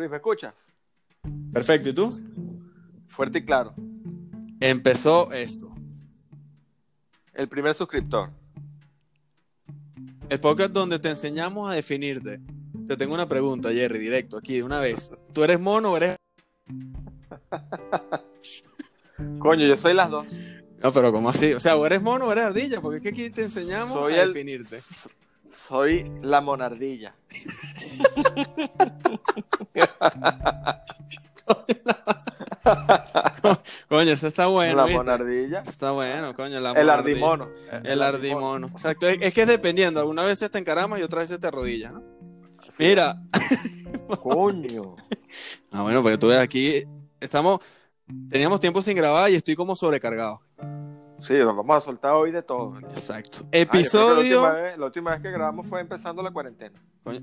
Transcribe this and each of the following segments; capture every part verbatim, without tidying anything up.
Luis, ¿me escuchas? Perfecto, ¿y tú? Fuerte y claro. Empezó esto. El primer suscriptor. El podcast donde te enseñamos a definirte. Te tengo una pregunta, Jerry, directo, aquí, de una vez. ¿Tú eres mono o eres...? Coño, yo soy las dos. No, pero ¿cómo así? O sea, o eres mono o eres ardilla, porque es que aquí te enseñamos Soy a el- definirte. Soy la monardilla. Coño, eso está bueno, la ¿viste? monardilla. Está bueno, coño, la El monardilla. ardimono. El ardimono. Exacto, es, es que es dependiendo. Algunas veces te encaramas y otras veces te arrodillas, ¿no? Sí. Mira. Coño. Ah, bueno, porque tú ves aquí, estamos, teníamos tiempo sin grabar y estoy como sobrecargado. Sí, nos vamos a soltar hoy de todo. Exacto. Ah, yo creo que Episodio... la, última vez, la última vez que grabamos fue empezando la cuarentena. Coño.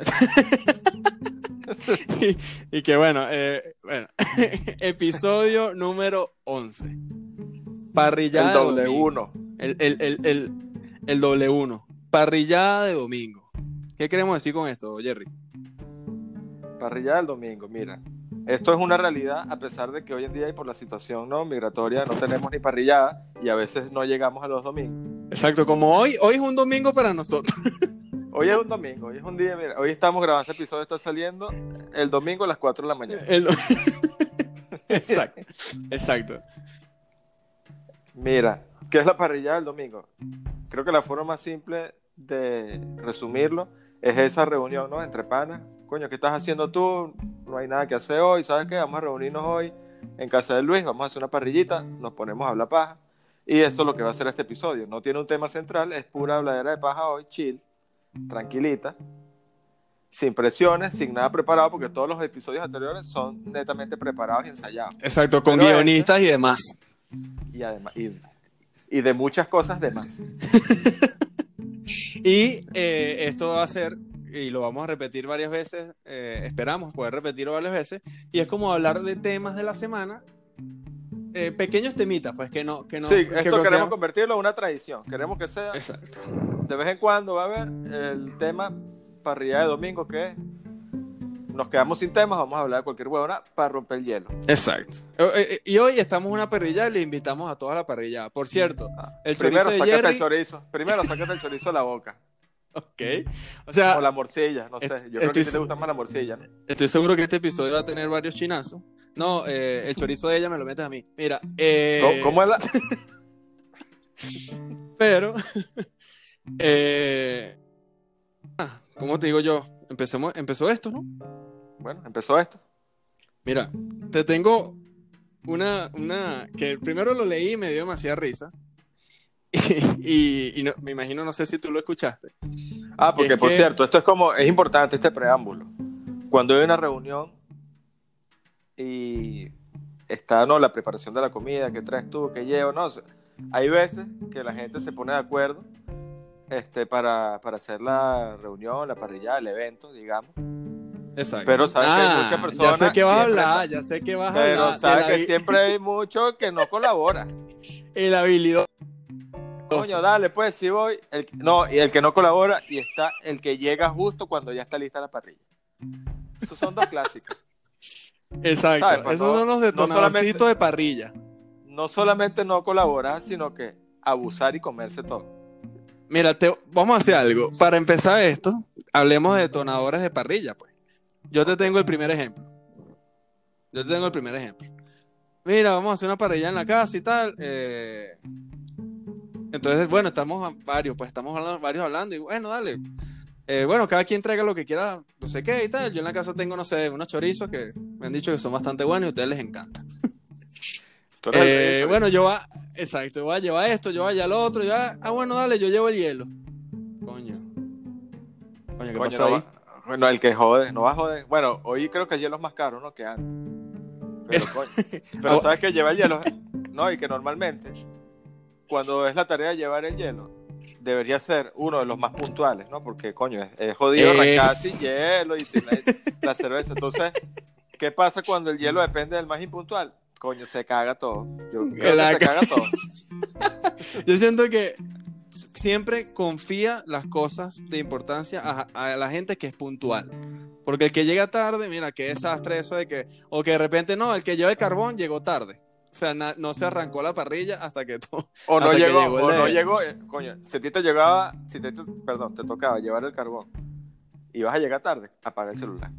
y, y que bueno, eh, bueno. Episodio número once. Parrillada El de doble domingo. uno. El, el, el, el, el doble uno. Parrillada de domingo. ¿Qué queremos decir con esto, Jerry? Parrillada del domingo, mira. Esto es una realidad a pesar de que hoy en día y por la situación no migratoria no tenemos ni parrillada y a veces no llegamos a los domingos. Exacto, como hoy, hoy es un domingo para nosotros. Hoy es un domingo, hoy es un día, mira, hoy estamos grabando este episodio, está saliendo el domingo a las cuatro de la mañana. El... Exacto, exacto. Mira, ¿qué es la parrillada del domingo? Creo que la forma más simple de resumirlo es esa reunión, ¿no? Entre panas. Coño, ¿qué estás haciendo tú? No hay nada que hacer hoy, ¿sabes qué? Vamos a reunirnos hoy en casa de Luis, vamos a hacer una parrillita, nos ponemos a hablar paja. Y eso es lo que va a ser este episodio. No tiene un tema central, es pura habladera de paja hoy, chill, tranquilita, sin presiones, sin nada preparado, porque todos los episodios anteriores son netamente preparados y ensayados. Exacto, con Pero guionistas este, y demás. Y además, y, y de muchas cosas demás. Y eh, esto va a ser, y lo vamos a repetir varias veces, eh, esperamos poder repetirlo varias veces, y es como hablar de temas de la semana, eh, pequeños temitas, pues que no... Que no Sí, que esto no queremos sean... convertirlo en una tradición. Queremos que sea, Exacto. de vez en cuando va a haber el tema parrilla de domingo, que nos quedamos sin temas, vamos a hablar de cualquier huevona para romper el hielo. Exacto. Eh, eh, y hoy estamos en una parrilla y le invitamos a toda la parrilla. Por cierto, el Primero chorizo de sácate Jerry... el chorizo. Primero sácate el chorizo de la boca. Ok. O sea... O la morcilla, no sé. Yo est- creo que estoy- sí te gusta más la morcilla, ¿no? Estoy seguro que este episodio va a tener varios chinazos. No, eh, el chorizo de ella me lo metes a mí. Mira, eh... ¿Cómo, cómo es la...? Pero, eh... ah, ¿cómo te digo yo? Empecemos, empezó esto, ¿no? Bueno, empezó esto. Mira, te tengo una, una, que primero lo leí y me dio demasiada risa. Y, y, y no, me imagino, no sé si tú lo escuchaste. Ah, porque Es por que- cierto, esto es como, es importante este preámbulo. Cuando hay una reunión y está, ¿no?, la preparación de la comida, qué traes tú, qué llevo, no, o sea, hay veces que la gente se pone de acuerdo este, para, para hacer la reunión, la parrillada, el evento, digamos. Exacto. Pero sabes que hay Ah, muchas personas. ya sé que vas a siempre- hablar, ya sé que vas a Pero hablar. de sabes la que vi- siempre hay mucho que no colabora. El habilidad. Coño, dale, pues, si voy. El, no, y el que no colabora y está el que llega justo cuando ya está lista la parrilla. Esos son dos clásicos. Exacto. ¿Sabes? Para Esos no- son los no detonadorcitos solamente- de parrilla. No solamente no colaborar, sino que abusar y comerse todo. Mira, te, vamos a hacer algo. Para empezar esto, hablemos de detonadores de parrilla, pues. Yo te tengo el primer ejemplo. Yo te tengo el primer ejemplo. Mira, vamos a hacer una parrilla en la casa y tal. eh, Entonces, bueno, estamos a- varios, pues estamos hablando, varios hablando y bueno, dale. Eh, bueno, cada quien traiga lo que quiera, no sé qué y tal. Yo en la casa tengo, no sé, unos chorizos que me han dicho que son bastante buenos y a ustedes les encantan. Tú eres el rey del Eh, chorizo. bueno, yo va, exacto, yo voy a llevar esto, yo voy a llevar lo otro, yo va, ah, bueno, dale, yo llevo el hielo. Coño. Coño, ¿qué Coño, pasó no ahí? va- bueno, el que jode, no va a joder. Bueno, hoy creo que el hielo es más caro, ¿no? Que antes. Pero, coño, pero Ah, sabes que lleva el hielo, no, y que normalmente, cuando es la tarea de llevar el hielo, debería ser uno de los más puntuales, ¿no? Porque, coño, es, es jodido Es- arrancar sin hielo y sin la, la cerveza. Entonces, ¿qué pasa cuando el hielo depende del más impuntual? Coño, se caga todo. Yo creo La que se ca- caga todo. Yo siento que siempre confía las cosas de importancia a, a la gente que es puntual. Porque el que llega tarde, mira, qué desastre eso de que, o que de repente no, el que lleva el carbón llegó tarde. O sea, na- no se arrancó la parrilla hasta que, to- O no hasta que llegó, llegó el o no de... llegó, eh, coño, si a ti te llegaba, si te, perdón, te tocaba llevar el carbón y vas a llegar tarde, apaga el celular.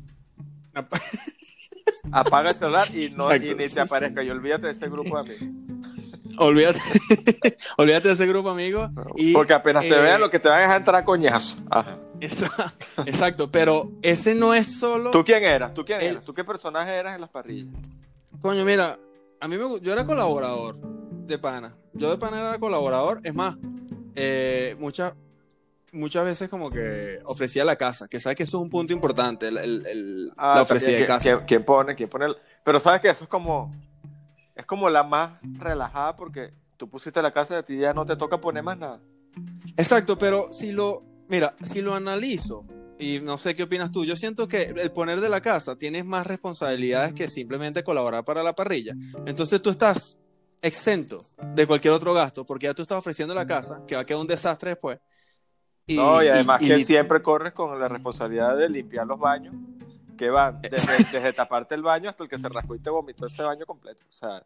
Apaga el celular y, no, Exacto. y ni te aparezca. Y olvídate de ese grupo de amigos. Olvídate, olvídate de ese grupo, amigo. Y, Porque apenas te eh, vean, lo que te van a dejar entrar a coñazo. Ajá. esa- exacto, pero ese no es solo... ¿Tú quién eras? ¿Tú quién el- eras? ¿Tú qué personaje eras en las parrillas? Coño, mira, a mí me, gu- yo era colaborador de pana. Yo de pana era colaborador. Es más, eh, muchas, muchas veces como que ofrecía la casa, que sabes que eso es un punto importante, el, el- el- Ah, la ofrecía de también, ¿quién, casa. quién- quién pone? ¿Quién pone? el- Pero sabes que eso es como, es como la más relajada porque tú pusiste la casa de ti y ya no te toca poner más nada. Exacto, pero si lo, mira, si lo analizo, y no sé qué opinas tú, yo siento que el poner de la casa tienes más responsabilidades que simplemente colaborar para la parrilla. Entonces tú estás exento de cualquier otro gasto, porque ya tú estás ofreciendo la casa, que va a quedar un desastre después. Y, No, y y, además y que lit- siempre corres con la responsabilidad de limpiar los baños, que van desde, desde taparte el baño hasta el que se rascó y te vomitó ese baño completo. O sea,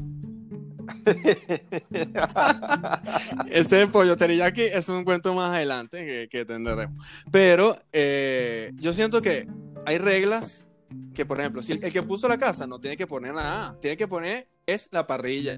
ese pollo teriyaki es un cuento más adelante que, que tendremos. Pero eh, yo siento que hay reglas que, por ejemplo, si el, el que puso la casa no tiene que poner nada, tiene que poner es la parrilla.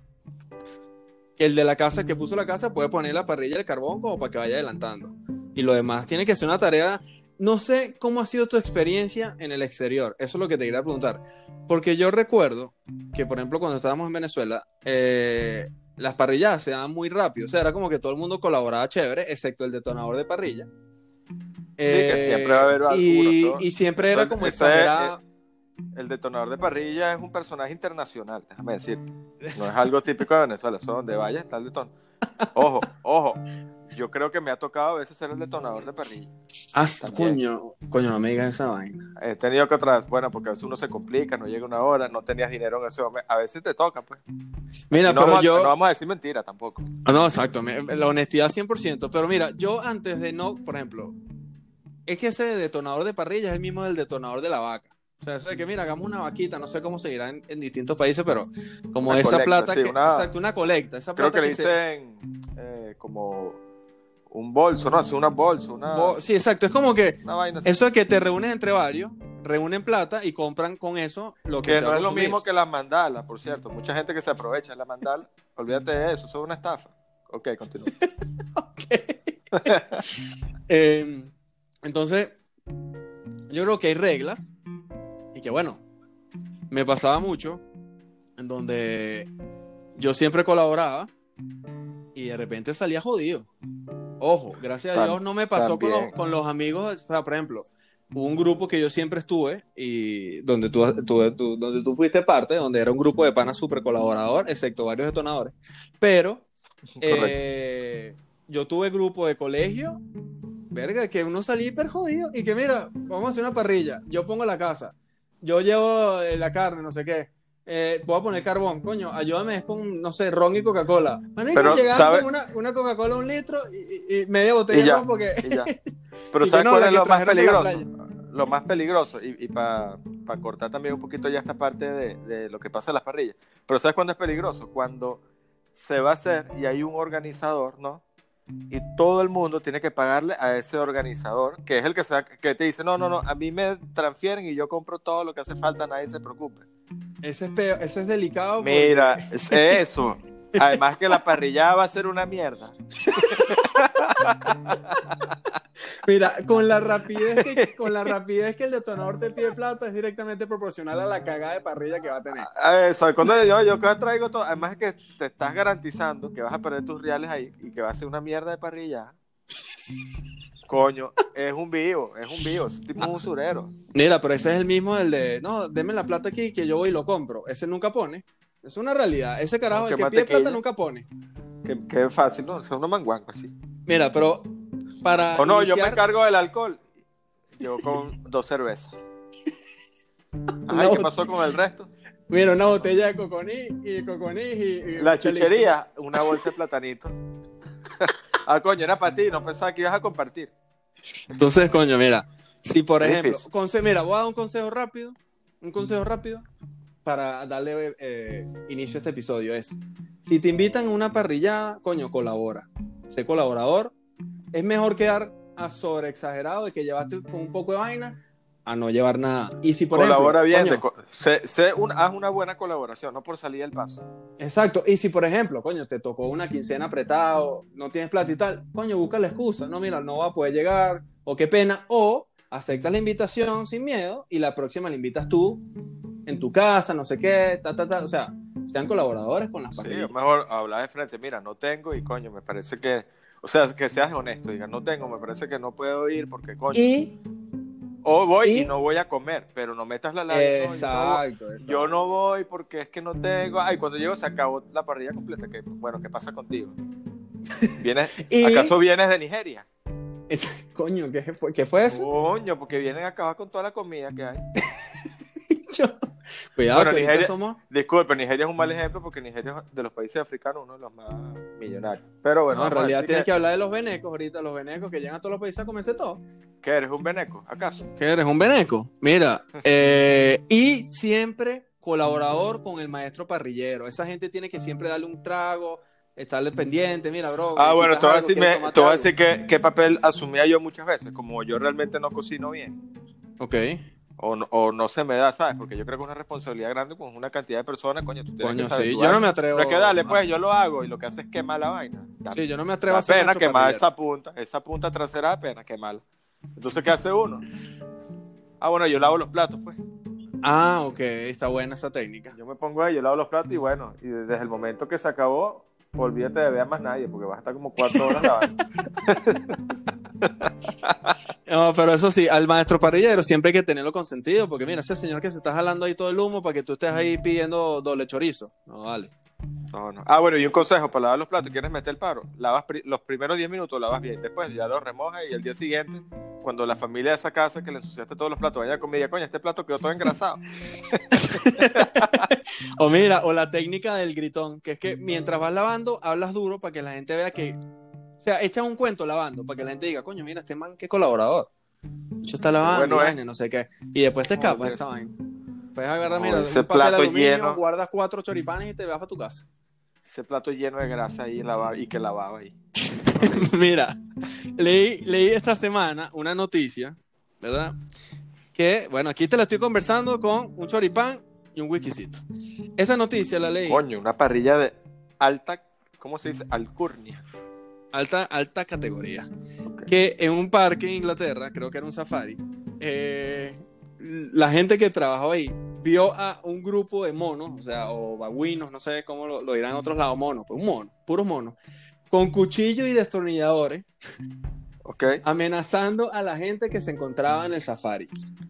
El de la casa que puso la casa puede poner la parrilla del carbón como para que vaya adelantando. Y lo demás tiene que ser una tarea. No sé cómo ha sido tu experiencia en el exterior. Eso es lo que te quería preguntar. Porque yo recuerdo que, por ejemplo, cuando estábamos en Venezuela, eh, las parrilladas se daban muy rápido. O sea, era como que todo el mundo colaboraba chévere, excepto el detonador de parrilla. sí, que siempre va a haber Eh, alguno. y, Eso, y siempre eso, era como ese es- exagerada. el detonador de parrilla es un personaje internacional, déjame decirte. No es algo típico de Venezuela, eso donde vaya está el detonador. Ojo, ojo, yo creo que me ha tocado a veces ser el detonador de parrilla. Ah, También. coño, coño, no me digas esa vaina. He tenido que otras, bueno, porque a veces uno se complica, no llega una hora, no tenías dinero en ese momento. A veces te toca, pues. Mira, Y no, pero vamos a, yo... no vamos a decir mentira tampoco. Ah, no, exacto, me- la honestidad cien por ciento. Pero mira, yo antes de no, por ejemplo, es que ese detonador de parrilla es el mismo del detonador de la vaca. O sea, eso de que mira, hagamos una vaquita, no sé cómo seguirá en, en distintos países, pero como Una esa colecta, plata sí, que, una- exacto, una colecta, esa Creo plata que le se- dicen eh, como un bolso, ¿no? Hace una bolsa, una, Bo- sí, exacto, es como que una vaina así. eso es que te reúnes entre varios, reúnen plata y compran con eso lo que, Que se va no a es lo consumir. mismo que las mandalas, por cierto. Mucha gente que se aprovecha de la mandala. Olvídate de eso, eso es una estafa. Ok, continúa. Eh, entonces, yo creo que hay reglas y que bueno, me pasaba mucho en donde yo siempre colaboraba y de repente salía jodido. Ojo, gracias a Tam- Dios no me pasó con también. los, con los amigos, o sea, por ejemplo, hubo un grupo que yo siempre estuve y donde tú, tú- tú- donde tú fuiste parte, donde era un grupo de panas súper colaborador, excepto varios detonadores, pero Correcto. eh, yo tuve grupo de colegio, verga, que uno salía hiper jodido y que mira, vamos a hacer una parrilla, yo pongo la casa, yo llevo eh, la carne, no sé qué, eh, voy a poner carbón, coño, ayúdame, es con, no sé, ron y Coca-Cola. Manico, Pero, llegaban ¿sabe? con una, una Coca-Cola un litro y, y- y media botella Y de ya, ron porque... y ya. Pero Y que ¿sabes no, cuál la es que lo más trajeron de la peligroso? Lo más peligroso, y, y para pa cortar también un poquito ya esta parte de, de lo que pasa en las parrillas. Pero ¿sabes cuándo es peligroso? Cuando se va a hacer y hay un organizador, ¿no? Y todo el mundo tiene que pagarle a ese organizador, que es el que, se, que te dice, no, no, no, a mí me transfieren y yo compro todo lo que hace falta, nadie se preocupe. Ese es, peo, ese es delicado. Porque... Mira, es eso. Además que la parrillada va a ser una mierda. Mira, con la rapidez que, con la rapidez que el detonador te pide plata es directamente proporcional a la cagada de parrilla que va a tener. Eso, cuando yo, yo que traigo todo, además es que te estás garantizando que vas a perder tus reales ahí y que va a ser una mierda de parrilla. Coño, es un vivo, es un vivo, es tipo un usurero. Mira, pero ese es el mismo del de, no, deme la plata aquí que yo voy y lo compro. Ese nunca pone. Es una realidad. Ese carajo, No, el qué que pide mantequilla. plata nunca pone. Que, que fácil, ¿no? Es uno manguanco así. Mira, pero para O no, iniciar... yo me encargo del alcohol. Yo con dos cervezas. Ajá, No, ¿qué pasó con el resto? Mira, una botella de coconí y coconí y... y La chuchería, una bolsa de platanito. Ah, coño, era para ti, no pensaba que ibas a compartir. Entonces, coño, mira, Si, por Es ejemplo, difícil. conse- mira, voy a dar un consejo rápido, un consejo rápido para darle eh, inicio a este episodio. Es, si te invitan a una parrillada, coño, colabora. Sé colaborador. Es mejor quedar a sobre exagerado de que llevaste con un poco de vaina a no llevar nada. Y si, por Colabora ejemplo, bien, coño, te co- sé, sé un- haz una buena colaboración, no por salir del paso. exacto. Y si, por ejemplo, coño, te tocó una quincena apretado, no tienes plata y tal, coño, busca la excusa. No, mira, no va a poder llegar, o qué pena, o aceptas la invitación sin miedo y la próxima la invitas tú en tu casa, no sé qué, ta, ta, ta. O sea, sean colaboradores con las Sí, parrillas. es mejor hablar de frente, mira, no tengo y coño, me parece que, o sea, que seas honesto, diga, no tengo, me parece que no puedo ir porque coño, Y, o voy y y, no voy a comer, pero no metas la labia, no, yo no voy, exacto, yo no exacto. voy porque es que no tengo, ay, cuando llego se acabó la parrilla completa, que bueno, ¿qué pasa contigo? ¿Vienes, Y, acaso vienes de Nigeria? es- coño, ¿qué fue, qué fue eso? Coño, porque vienen a acabar con toda la comida que hay. Yo- Cuidado Bueno, que ahorita Nigeria, somos... disculpe, Nigeria es un mal ejemplo porque Nigeria es de los países africanos uno de los más millonarios. Pero bueno, No, en vamos a realidad decir tienes que, que hablar de los venecos ahorita, los venecos que llegan a todos los países a comerse todo. que eres un veneco, ¿acaso? ¿Qué eres? ¿Un veneco? Mira, eh, y siempre colaborador con el maestro parrillero. Esa gente tiene que siempre darle un trago, estarle pendiente. Mira, bro, Ah, bueno, necesitas te voy a algo, decir, quieres me- te tomarte voy a algo. decir qué, qué papel asumía yo muchas veces, como yo realmente no cocino bien, Ok, o no, o no se me da, ¿sabes? Porque yo creo que es una responsabilidad grande con una cantidad de personas, coño, tú tienes que coño, saber sí. tu Yo no vaina. me No es que dale, atrevo a... pues yo lo hago y lo que hace es quemar la vaina. Da, Sí, yo no me atrevo a da ser pena maestro quemar parrillero. esa punta, esa punta trasera da pena quemarla. Entonces, ¿qué hace uno? Ah, bueno, yo lavo los platos, pues. Ah, ok, está buena esa técnica. Yo me pongo ahí, yo lavo los platos y bueno, y desde el momento que se acabó, olvídate de ver a más nadie, porque vas a estar como cuatro horas lavando. No, pero eso sí, al maestro parrillero siempre hay que tenerlo consentido, porque mira, ese señor que se está jalando ahí todo el humo para que tú estés ahí pidiendo doble chorizo. No, vale. No, no. Ah, bueno, y un consejo para lavar los platos, ¿quieres meter el paro? Lavas pri- los primeros diez minutos, lavas bien, después ya los remojas y el día siguiente, cuando la familia de esa casa que le ensuciaste todos los platos vaya a comer, ya, coño, este plato quedó todo engrasado. O mira, o la técnica del gritón, que es que mientras vas lavando, hablas duro para que la gente vea que... O sea, echas un cuento lavando, para que la gente diga, coño, mira, este man, qué colaborador. Yo está Qué lavando y bueno es. vaina, no sé qué. Y después te escapas Oye, esa vaina. Puedes agarrar, no, mira, ese un papel plato aluminio, lleno, guardas cuatro choripanes y te vas para tu casa. ese plato lleno de grasa ahí lavaba, y que lavaba ahí. Mira, leí, leí esta semana una noticia, ¿verdad? Que, bueno, aquí te la estoy conversando con un choripán y un whiskycito. Esa noticia la leí, Coño, una parrilla de alta, ¿cómo se dice? Alcurnia. alta, alta categoría, Okay. que en un parque en Inglaterra, creo que era un safari, eh, la gente que trabajó ahí vio a un grupo de monos, o sea, o babuinos, no sé cómo lo, lo dirán en otros lados, monos, pues un mono, puros monos, con cuchillos y destornilladores, Ok. amenazando a la gente que se encontraba en el safari.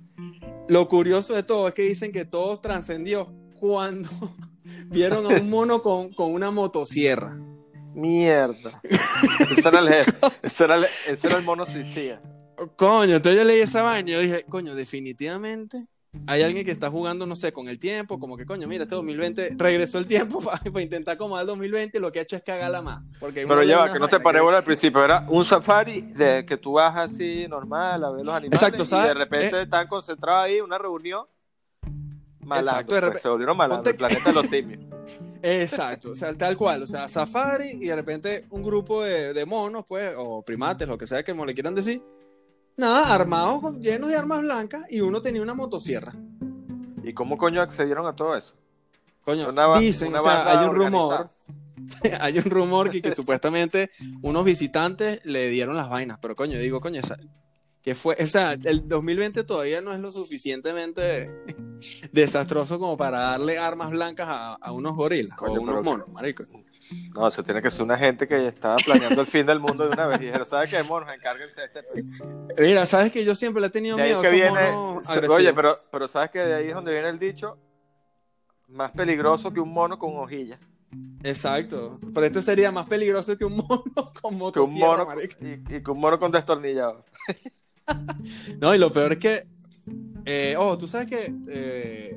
Lo curioso de todo es que dicen que todo trascendió cuando vieron a un mono con, con una motosierra. Mierda. Ese era el jefe. Ese era el, ese era el mono suicida. Coño, entonces yo leí esa vaina y yo dije, coño, definitivamente hay alguien que está jugando, no sé, con el tiempo, como que, coño, mira, este dos mil veinte regresó el tiempo para, para intentar acomodar el dos mil veinte y lo que ha hecho es cagarla más. Porque uno Pero lee ya va, unas que no te vainas paré que- bola al principio. Era un safari de que tú vas así normal a ver los animales Exacto, y ¿sabes? de repente Eh, están concentrados ahí, una reunión. Malandro, exacto, de pues, repente, se volvieron malandros, ponte el planeta de los simios. exacto, o sea, tal cual, o sea, safari y de repente un grupo de, de monos, pues, o primates, lo que sea que como le quieran decir, nada, armados, con- llenos de armas blancas y uno tenía una motosierra. ¿Y cómo coño accedieron a todo eso? Coño, Una, ba- dicen, una o sea, hay banda un rumor, organizada. hay un rumor que, que supuestamente unos visitantes le dieron las vainas, pero coño, digo, coño, esa, que fue, o sea, el dos mil veinte todavía no es lo suficientemente desastroso como para darle armas blancas a, a unos gorilas Coño, o unos pero- monos, marico. No, se tiene que ser una gente que estaba planeando el fin del mundo de una vez. Y dijeron, ¿sabes qué, monos? Encárguense de este pedo. Mira, sabes que yo siempre le he tenido De ahí miedo es a que esos viene. monos se- agresivos. Oye, pero, pero ¿sabes que de ahí es donde viene el dicho? Más peligroso que un mono con hojilla. Exacto, pero este sería más peligroso que un mono con Que un motosierra, mono marico. y, y que un mono con destornillador. No, y lo peor es que, eh, oh, tú sabes que, eh,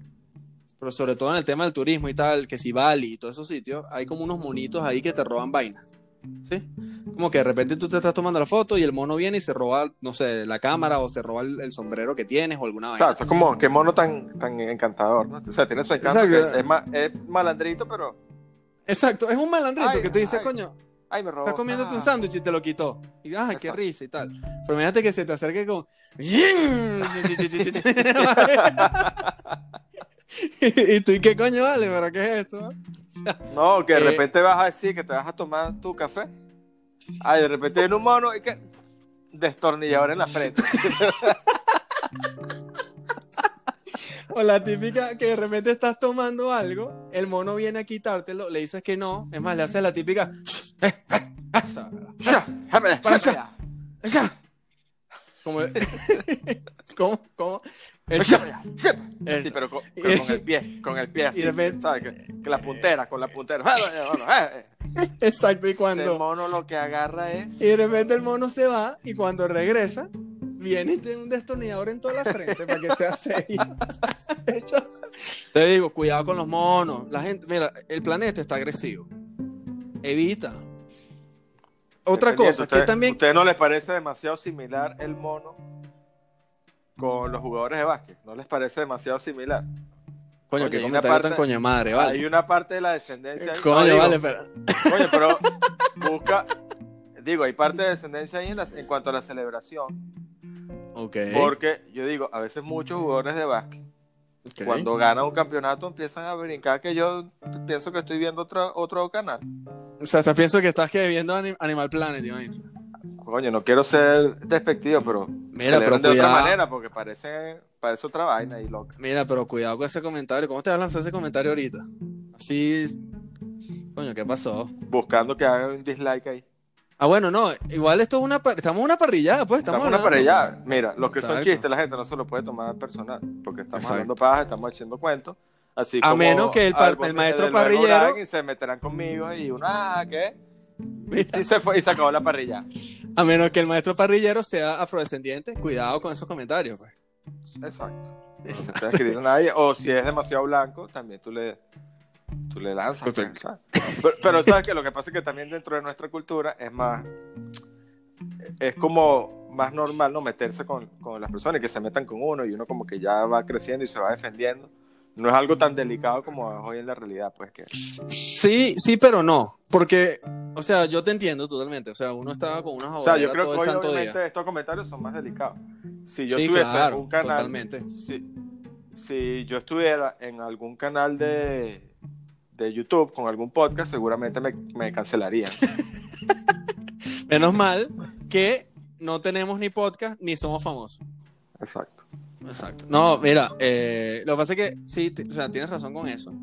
pero sobre todo en el tema del turismo y tal, que si Bali y todos esos sitios, hay como unos monitos ahí que te roban vainas. ¿sí? Como que de repente tú te estás tomando la foto y el mono viene y se roba, no sé, la cámara o se roba el, el sombrero que tienes o alguna vaina. Exacto, es como, qué mono tan, tan encantador, ¿no? O sea, tiene su encanto, Exacto. que es, ma- es malandrito, pero... Exacto, es un malandrito Ay, que tú dices, ay, coño, ay, me estás robó. comiéndote un Ah, sándwich y te lo quitó. Y ay, qué exacto. risa y tal. Pero imagínate que se te acerque con. Y tú, ¿y qué coño vale? ¿Pero qué es esto? O sea, No, que de eh, repente vas a decir que te vas a tomar tu café. Ay, de repente viene un mono y que... Destornillador en la frente. o la típica que de repente estás tomando algo, el mono viene a quitártelo, le dices que no, es más, le haces la típica. Para allá, allá. Como, ¿Cómo? ¿Cómo? El Sí, Eso. pero con, pero con el pie, con el pie Y así, de repente- ¿sabes? Que, que la puntera, con la puntera. Eh, eh. Exacto, y Ese cuando. mono lo que agarra es... Y de repente el mono se va y cuando regresa, viene y tiene un destornillador en toda la frente para que sea serio. De hecho, te digo, cuidado con los monos. La gente, mira, el planeta está agresivo. Evita. Otra Dependiendo, cosa, que ¿usted, también. ¿usted no les parece demasiado similar el mono con los jugadores de básquet? ¿No les parece demasiado similar? Coño, Coño, qué hay una comentario tan parte, coño de madre, hay vale. una parte de la descendencia ahí. No, Coño, digo, vale, pero. coño, pero busca, digo, hay parte de descendencia ahí en, la- en cuanto a la celebración, Ok. porque yo digo, a veces muchos jugadores de básquet, Ok. cuando ganan un campeonato, empiezan a brincar que yo pienso que estoy viendo otro, otro canal. O sea, hasta pienso que estás que viendo Anim- Animal Planet, imagino. Coño, no quiero ser despectivo, pero Mira, pero celebran de otra cuidado. manera, porque parece, parece otra vaina y loca. Mira, pero cuidado con ese comentario. ¿Cómo te vas a lanzar ese comentario ahorita? Así. Coño, ¿qué pasó? Buscando que haga un dislike ahí. Ah, bueno, no, igual esto es una, par- estamos en una parrillada, pues, estamos, Estamos una hablando. parellada. Mira, los que son Exacto. chistes, la gente no se lo puede tomar personal, porque estamos Exacto. hablando paja, estamos haciendo cuentos. Así A como menos que el par- algo el maestro de luego parrillero- hablarán y se meterán conmigo y uno, ah, ¿qué? Y se fue y se acabó la parrilla. A menos que el maestro parrillero sea afrodescendiente, cuidado con esos comentarios, pues. Exacto. No se puede escribir a nadie. O si es demasiado blanco, también tú le, tú le lanzas. Pues, pues, ¿sabes? Pero, pero sabes que lo que pasa es que también dentro de nuestra cultura es más, es como más normal no meterse con, con las personas y que se metan con uno y uno como que ya va creciendo y se va defendiendo. No es algo tan delicado como es hoy en la realidad, pues que... Sí, sí, pero no. Porque, o sea, yo te entiendo totalmente. O sea, uno estaba con unas O sea, yo joderas creo todo que el hoy santo obviamente día. estos comentarios son más delicados. Si yo Sí, tuviese claro, un canal... totalmente. Si, si yo estuviera en algún canal de, de YouTube con algún podcast, seguramente me, me cancelarían. Menos mal que no tenemos ni podcast ni somos famosos. Exacto. Exacto. No, mira, eh, lo que pasa es que sí, t- o sea, tienes razón con eso,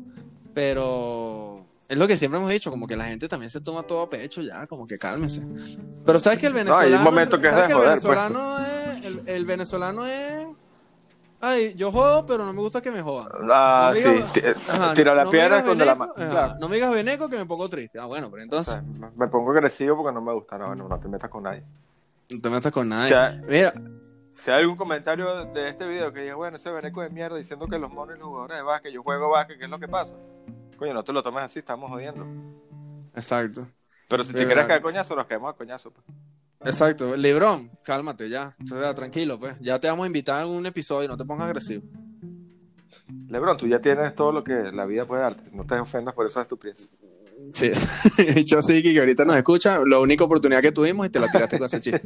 pero es lo que siempre hemos dicho, como que la gente también se toma todo a pecho ya, como que cálmese. Pero sabes que el No, hay venezolano, un momento que es ¿sabes de que el joder, pues. venezolano es, el, el venezolano es, ay, yo jodo, pero no me gusta que me jodan. Ah, No me sí. digas- T- Ajá, Tira la no me piedra, digas esconde la veneco, mano. ajá, Claro. no me digas veneco que me pongo triste. Ah, bueno, pero O entonces sea, me me pongo agresivo porque no me gusta. No, no, no te metas con nadie. no te metas con nadie. O sea, Mira, si hay algún comentario de este video que diga, bueno, ese veneco de mierda diciendo que los monos y los jugadores de básquet, yo juego básquet, ¿qué es lo que pasa? Coño, no te lo tomes así, estamos jodiendo. exacto. Pero si te De quieres verdad. caer coñazo, nos caemos a coñazo. Pues. Exacto, Lebron, cálmate ya, o sea, tranquilo, pues. Ya te vamos a invitar a un episodio, no te pongas agresivo. Lebron, tú ya tienes todo lo que la vida puede darte. No te ofendas por esa estupidez. Sí, yo sí, que ahorita nos escucha, la única oportunidad que tuvimos y te la tiraste con ese chiste.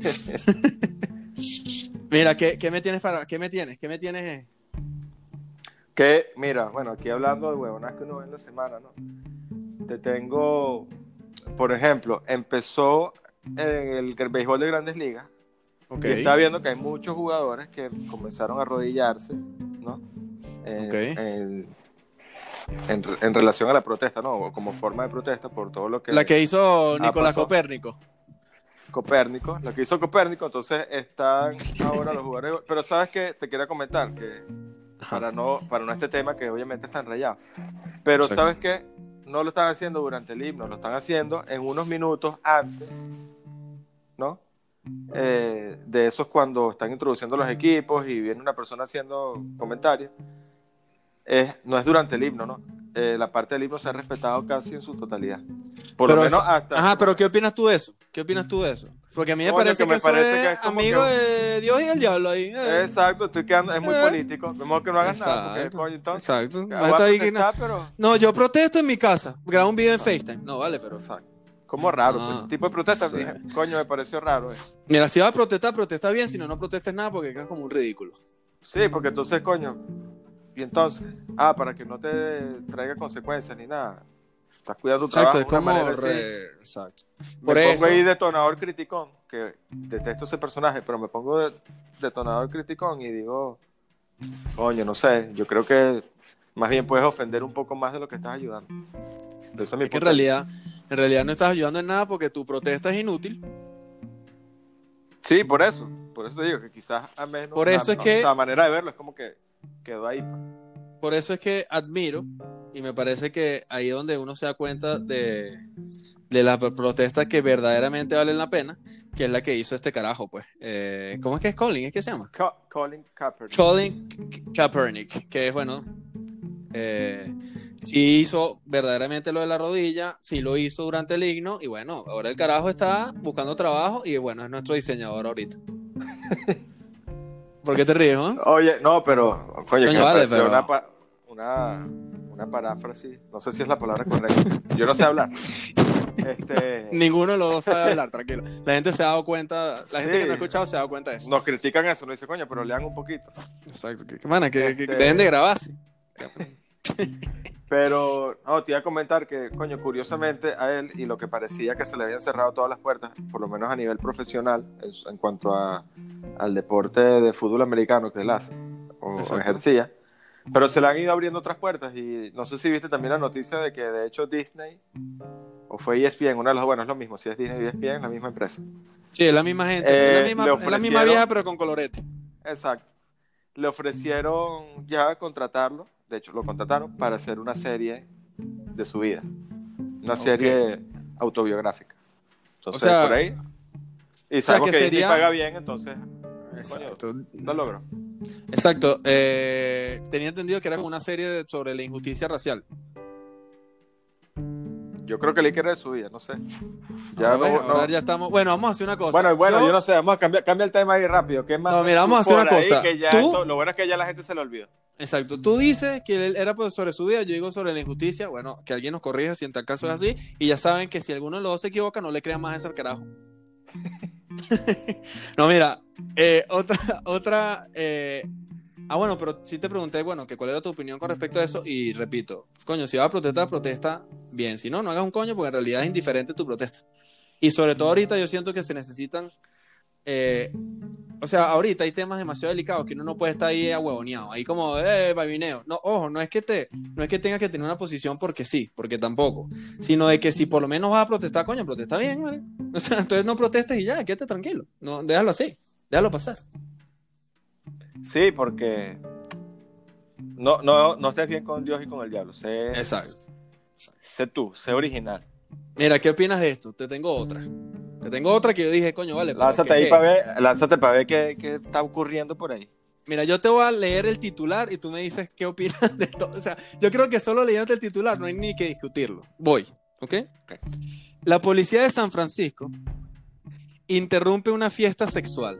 Mira, ¿qué, qué me tienes para, qué me tienes, qué me tienes? eh? Que, mira, bueno, aquí hablando de huevonas que uno ve en la semana, ¿no? Te tengo, por ejemplo, empezó en el, el béisbol de Grandes Ligas. Ok, Y está viendo que hay muchos jugadores que comenzaron a arrodillarse, ¿no? En, Ok. en, en, en relación a la protesta, ¿no? O como forma de protesta por todo lo que... la que hizo Nicolás pasó. Copérnico. Copérnico, lo que hizo Copérnico, entonces están ahora los jugadores... Pero ¿sabes qué? Te quería comentar que para no, para no este tema que obviamente está enrayado. Pero Exacto. ¿sabes qué? No lo están haciendo durante el himno, lo están haciendo en unos minutos antes, ¿no? Eh, de esos cuando están introduciendo los equipos y viene una persona haciendo comentarios. Es, no es durante el himno, ¿no? eh, la parte del himno se ha respetado casi en su totalidad. Por Pero lo menos es- hasta... Ajá, pero ¿qué opinas tú de eso? ¿Qué opinas tú de eso? Porque a mí me Coño, parece que que, me eso parece es que es como amigo que- de Dios y el diablo ahí. eh. Exacto, estoy quedando, es muy Eh. político. Mejor que no hagas nada, porque Exacto, coño, entonces... exacto. voy Vas a a estar ahí que no. protestar, pero... No, yo protesto en mi casa. Grabo un video en FaceTime. No, vale, pero. Exacto. Como raro, Ah, pues, ese tipo de protesta, sí. dije, coño, me pareció raro eso. Mira, si vas a protestar, protesta bien. Si no, no protestes nada porque quedas como un ridículo. Sí, porque entonces, coño, y entonces, ah, para que no te traiga consecuencias ni nada, estás cuidando tu Exacto, trabajo es de una como. manera así. re- Exacto. Me Por pongo eso. ahí detonador criticón, que detesto ese personaje, pero me pongo de- detonador criticón y digo, coño, no sé, yo creo que más bien puedes ofender un poco más de lo que estás ayudando. Ese es mi Es que en punto de vista. realidad, en realidad no estás ayudando en nada porque tu protesta es inútil. Sí, por eso, por eso te digo que quizás a menos, Por eso a, es que- o sea, a manera de verlo es como que quedó ahí. Pues. Por eso es que admiro y me parece que ahí es donde uno se da cuenta de, de las protestas que verdaderamente valen la pena, que es la que hizo este carajo, pues. Eh, ¿Cómo es que es Colin? ¿Es que se llama? Co- Colin Kaepernick. Colin Kaepernick, que es, bueno, eh, sí hizo verdaderamente lo de la rodilla, sí lo hizo durante el himno, y bueno, ahora el carajo está buscando trabajo y bueno, es nuestro diseñador ahorita. ¿Por qué te ríes, no? Oye, no, pero, coño, Coño, que me vale, pareció pero- una, pa- una, una paráfrasis, no sé si es la palabra correcta, yo no sé hablar. Este, Ninguno de los dos sabe hablar, tranquilo. La gente se ha dado cuenta, la gente Sí. que no ha escuchado se ha dado cuenta de eso. nos critican eso, nos dice, coño, pero lean un poquito. Exacto, que, que, mana, que, que Este- dejen de grabarse. Pero, no, te iba a comentar que, coño, curiosamente a él y lo que parecía que se le habían cerrado todas las puertas, por lo menos a nivel profesional, en, en cuanto a, al deporte de fútbol americano que él hace o, o Exacto. ejercía, pero se le han ido abriendo otras puertas y no sé si viste también la noticia de que de hecho Disney, o fue E S P N, una de las, bueno, es lo mismo, si es Disney y E S P N, es la misma empresa. Sí, es la misma gente, Eh, es, la misma, le es la misma ofrecieron- vieja pero con colorete. Exacto. Le ofrecieron ya contratarlo, de hecho lo contrataron para hacer una serie de su vida, una Ok. serie autobiográfica. Entonces, O sea, por ahí. Y sea, sabemos que que Disney sería- paga bien, entonces Exacto. lo logró. Exacto. Eh, tenía entendido que era como una serie de- sobre la injusticia racial. Yo creo que le quiere de su vida, no sé. Ahora Ya no- ves, no- ahora ya estamos. Bueno, vamos a hacer una cosa. Bueno, bueno, yo, Yo- no sé, vamos a cambiar, cambia el tema ahí rápido. ¿Qué más No, mira, ves vamos a tú hacer una por ahí cosa. que ya Tú- esto- lo bueno es que ya la gente se le olvidó. Exacto. Tú dices que él era pues, sobre su vida, yo digo sobre la injusticia. Bueno, que alguien nos corrija si en tal caso es así. Y ya saben que si alguno de los dos se equivoca, no le crean más a ese carajo. No, mira, eh, otra, otra. eh, Ah, bueno, pero sí te pregunté, bueno, que cuál era tu opinión con respecto a eso. Y repito, coño, si vas a protestar, protesta bien. Si no, no hagas un coño, porque en realidad es indiferente tu protesta. Y sobre todo ahorita yo siento que se necesitan. eh, o sea, ahorita hay temas demasiado delicados que uno no puede estar ahí ahuevoneado, ahí como, eh, babineo. No, ojo, no es que te, no es que tengas que tener una posición porque sí, porque tampoco, sino de que si por lo menos vas a protestar, coño, protesta bien, ¿vale? O sea, entonces no protestes y ya, quédate tranquilo, no, déjalo así, déjalo pasar. Sí, porque no, no, no estés bien con Dios y con el diablo. Sé, Exacto. sé tú, sé original. Mira, ¿qué opinas de esto? Te tengo otra. Te tengo otra que yo dije, coño, vale. pero Lánzate ¿qué- ahí qué? para ver, lánzate para ver qué, qué está ocurriendo por ahí. Mira, yo te voy a leer el titular y tú me dices qué opinas de esto. O sea, yo creo que solo leyéndote el titular no hay ni que discutirlo. Voy, ¿ok? Ok. La policía de San Francisco interrumpe una fiesta sexual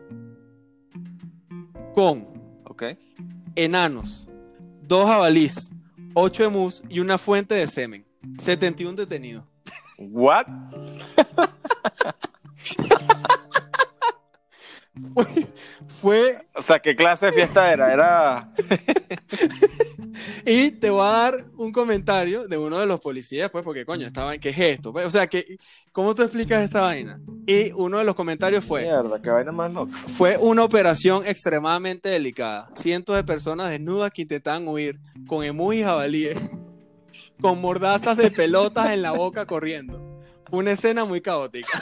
con ¿Ok? enanos, dos jabalís, ocho emus y una fuente de semen. setenta y uno detenidos. ¿What? Fue, O sea, ¿qué clase de fiesta era? Era... y te voy a dar un comentario de uno de los policías, pues, porque coño, estaba, ¿qué es esto? Pues, o sea, que, ¿cómo tú explicas esta vaina? Y uno de los comentarios fue, Mierda, qué vaina más loca. fue una operación extremadamente delicada. Cientos de personas desnudas que intentaban huir con emus y jabalíes, con mordazas de pelotas en la boca corriendo. Una escena muy caótica.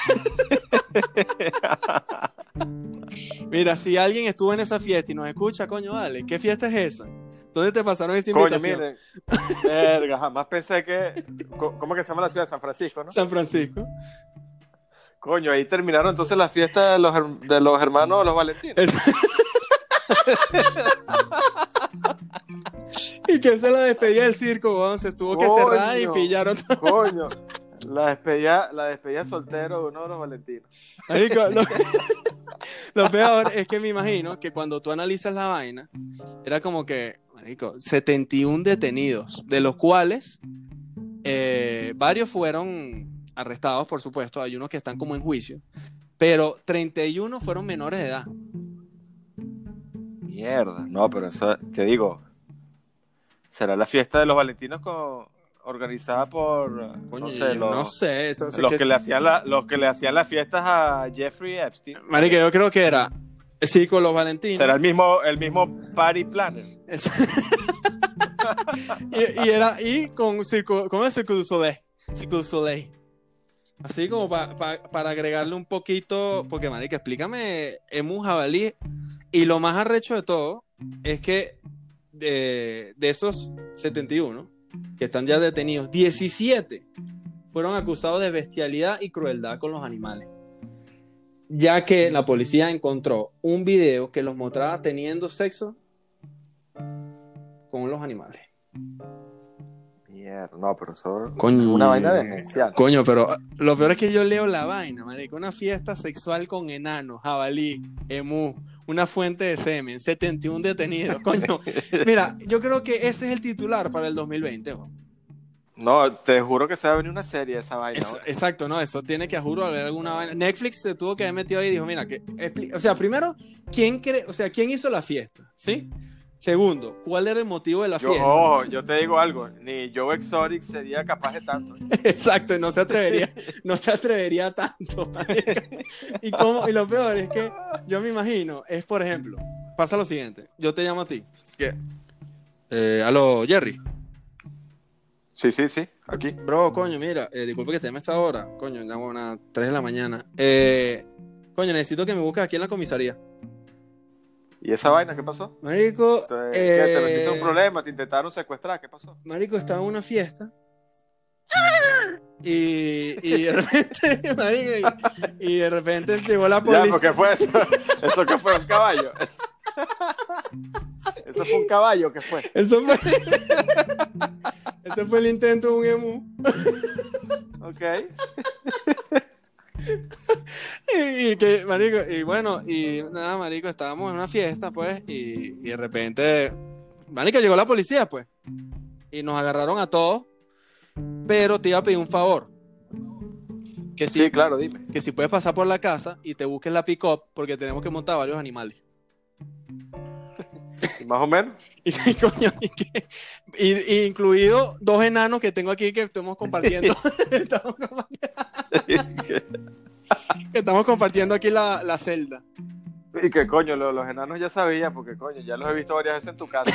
Mira, si alguien estuvo en esa fiesta y nos escucha, coño, dale, ¿qué fiesta es esa? ¿Dónde te pasaron esa Coño, invitación? miren. Verga, jamás pensé que... co- ¿Cómo que se llama la ciudad? San Francisco, ¿no? San Francisco. Coño, ahí terminaron entonces la fiesta de los, her- de los hermanos de los Valentinos. Es- Y que esa es la despedida del circo, weón. Se tuvo que cerrar y Coño, pillaron todo. Coño, la despedida, la despedida soltero de uno de los Valentinos. Marico, lo, lo peor es que me imagino que cuando tú analizas la vaina, era como que, marico, setenta y uno detenidos, de los cuales eh, varios fueron arrestados, por supuesto. Hay unos que están como en juicio, pero treinta y uno fueron menores de edad. Mierda, no, pero eso, te digo, será la fiesta de los Valentinos con, organizada por, Coño, no yo sé, no los, sé, eso, eso los que- que le hacían la, los que le hacían las fiestas a Jeffrey Epstein. Marico, yo creo que era el circo de los Valentinos. Será el mismo, el mismo party planner. Es- y, y era y con circo, ¿cómo es Cirque du Soleil? Cirque du Soleil. Así como pa- pa- para agregarle un poquito, porque marica, explícame emu jabalí. Y lo más arrecho de todo es que de, de esos setenta y uno que están ya detenidos, diecisiete fueron acusados de bestialidad y crueldad con los animales, ya que la policía encontró un video que los mostraba teniendo sexo con los animales. Mierda, no, pero eso Coño. es una vaina demencial. Coño, pero lo peor es que yo leo la vaina, marico. Una fiesta sexual con enanos, jabalí, emú, una fuente de semen, setenta y uno detenidos. Coño, mira, yo creo que ese es el titular para el dos mil veinte. ¿No? No, te juro que se va a venir una serie de esa vaina. Eso, ¿no? exacto, no, eso tiene que, a juro, haber alguna vaina. Netflix se tuvo que haber metido ahí y dijo, mira, que, expli- o sea, primero, ¿quién cree, o sea, quién hizo la fiesta? ¿Sí? Segundo, ¿cuál era el motivo de la Yo, fiesta? ojo, yo te digo algo, ni Joe Exotic sería capaz de tanto. Exacto, no se atrevería, no se atrevería tanto, marica. Y cómo, y lo peor es que yo me imagino, es por ejemplo, pasa lo siguiente, yo te llamo a ti. ¿Qué? Eh, aló, Jerry. Sí, sí, sí, aquí. Bro, coño, mira, eh, disculpe que te llame a esta hora, coño, ya unas tres de la mañana. Eh, coño, necesito que me busques aquí en la comisaría. ¿Y esa vaina qué pasó? Marico, ¿Te, eh, ¿qué, te metiste en un problema? ¿Te intentaron secuestrar? ¿Qué pasó? Marico, estaba en una fiesta. Y, y de repente, marico, y, y de repente llegó la policía. Ya, ¿porque fue eso? ¿Eso qué fue? ¿Un caballo? ¿Eso fue un caballo? ¿Qué fue? Eso fue. Ese fue el intento de un emú. Ok. Y, y que, marico, y bueno, y nada, marico, estábamos en una fiesta, pues, y, y de repente, marico, llegó la policía, pues, y nos agarraron a todos, pero te iba a pedir un favor. Que si, Sí, claro, dime. que si puedes pasar por la casa y te busques la pick-up, porque tenemos que montar varios animales. Más o menos. Y, y, coño, y, que- y- y incluido dos enanos que tengo aquí que estamos compartiendo. estamos, compartiendo que estamos compartiendo aquí la, la celda. Y que coño, lo- los enanos ya sabían, porque coño, ya los he visto varias veces en tu casa,